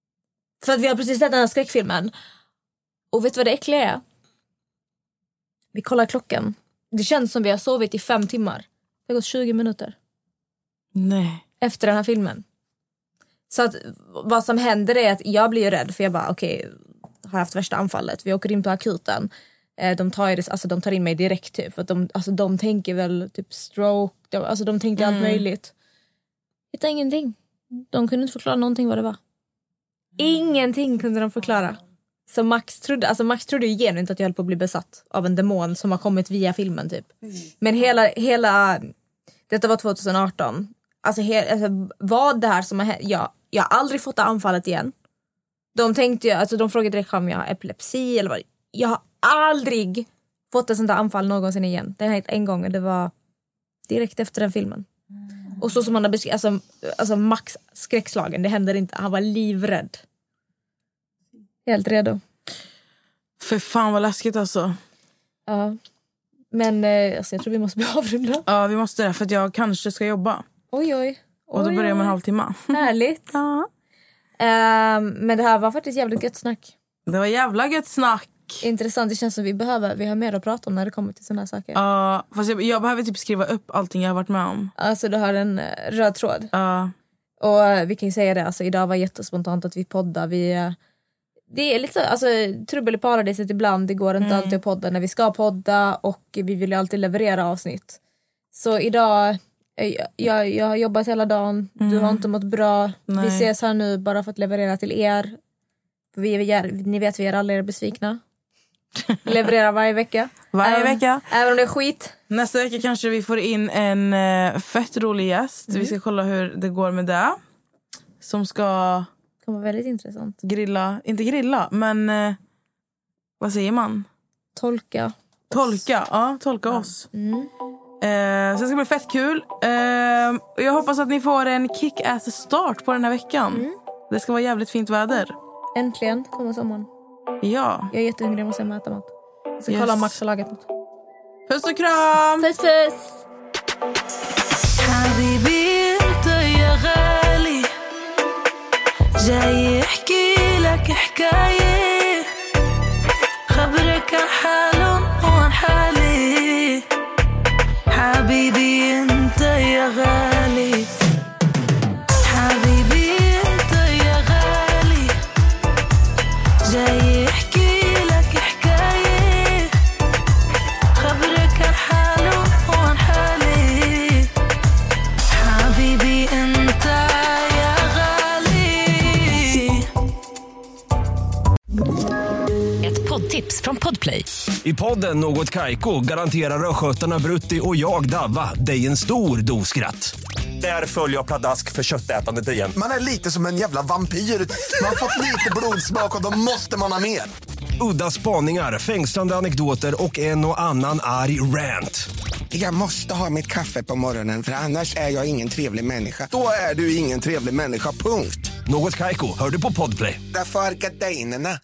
För att vi har precis sett den här skräckfilmen. Och vet du vad det äckliga är? Vi kollar klockan. Det känns som vi har sovit i fem timmar. Det har gått tjugo minuter. Nej. Efter den här filmen. Så att vad som händer är att jag blir ju rädd. För jag bara, okej, okay, har haft värsta anfallet. Vi åker in på akuten. De tar, alltså, de tar in mig direkt typ. För att de, alltså, de tänker väl typ stroke. De, alltså de tänkte mm. allt möjligt. Hittade ingenting. De kunde inte förklara någonting vad det var. Ingenting kunde de förklara. Så Max trodde, alltså Max trodde ju genuint att jag höll på att bli besatt av en demon som har kommit via filmen typ. Men hela, hela detta var tjugo arton. Alltså, he, alltså vad det här som har hänt, jag, jag har aldrig fått det anfallet igen. De tänkte ju, alltså de frågade direkt om jag har epilepsi eller vad. Jag har aldrig fått ett sånt där anfall någonsin igen. Det har hänt en gång och det var direkt efter den filmen. Mm. Och så som han har beskrivit, alltså, alltså Max skräckslagen, det händer inte. Han var livrädd. Helt redo. För fan vad läskigt alltså. Ja. Men eh, alltså, jag tror vi måste bli avrunda. Ja, vi måste det för att jag kanske ska jobba. Oj, oj. Och då oj, börjar jag med en oj. halvtimme. Härligt. Ja. Um, men det här var faktiskt jävligt gött snack. Det var jävla gött snack. Intressant, det känns som vi behöver vi har mer att prata om när det kommer till såna här saker. Ja, uh, fast jag, jag behöver typ skriva upp allting jag har varit med om. Alltså du har en uh, röd tråd. Ja. Uh. Och uh, vi kan ju säga det, alltså idag var jättespontant att vi poddar. Vi, uh, det är lite så, alltså trubbel i paradiset ibland. Det går inte mm. alltid att podda när vi ska podda. Och vi vill ju alltid leverera avsnitt. Så idag, jag, jag, jag har jobbat hela dagen. Mm. Du har inte mått bra. Nej. Vi ses här nu bara för att leverera till er. Vi är, ni vet vi är alla er besvikna. Levererar varje vecka. Varje även, vecka. Även om det är skit. Nästa vecka kanske vi får in en uh, fett rolig gäst. Mm. Vi ska kolla hur det går med det. Som ska... Det kommer vara väldigt intressant. Grilla, inte grilla, men... Uh, vad säger man? Tolka. Tolka, ja. Tolka ja. oss. Mm. Uh, så det ska bli fett kul. Uh, jag hoppas att ni får en kick-ass start på den här veckan. Mm. Det ska vara jävligt fint väder. Äntligen kommer sommaren. Ja. Jag är jättehungrig, jag måste äta mat. Jag ska yes. kolla om Max har lagat något. Puss och kram! Puss puss! حبيبي انت يا غالي جاي احكي لك حكاية خبرك عن حالهم وعن حالي حبيبي انت يا غالي حبيبي انت يا غالي جاي احكي لك حكاية خبرك عن حالهم وعن حالي حبيبي انت يا غالي. Ett poddtips från Podplay. I podden Något Kaiko garanterar röskötarna Brutti och jag Davva dig en stor doskratt. Där följer jag pladask för köttätandet igen. Man är lite som en jävla vampyr. Man har fått lite blodsmak och då måste man ha mer. Udda spaningar, fängslande anekdoter och en och annan arg rant. Jag måste ha mitt kaffe på morgonen för annars är jag ingen trevlig människa. Då är du ingen trevlig människa, punkt. Något Kaiko, hör du på Podplay. Därför är gardinerna.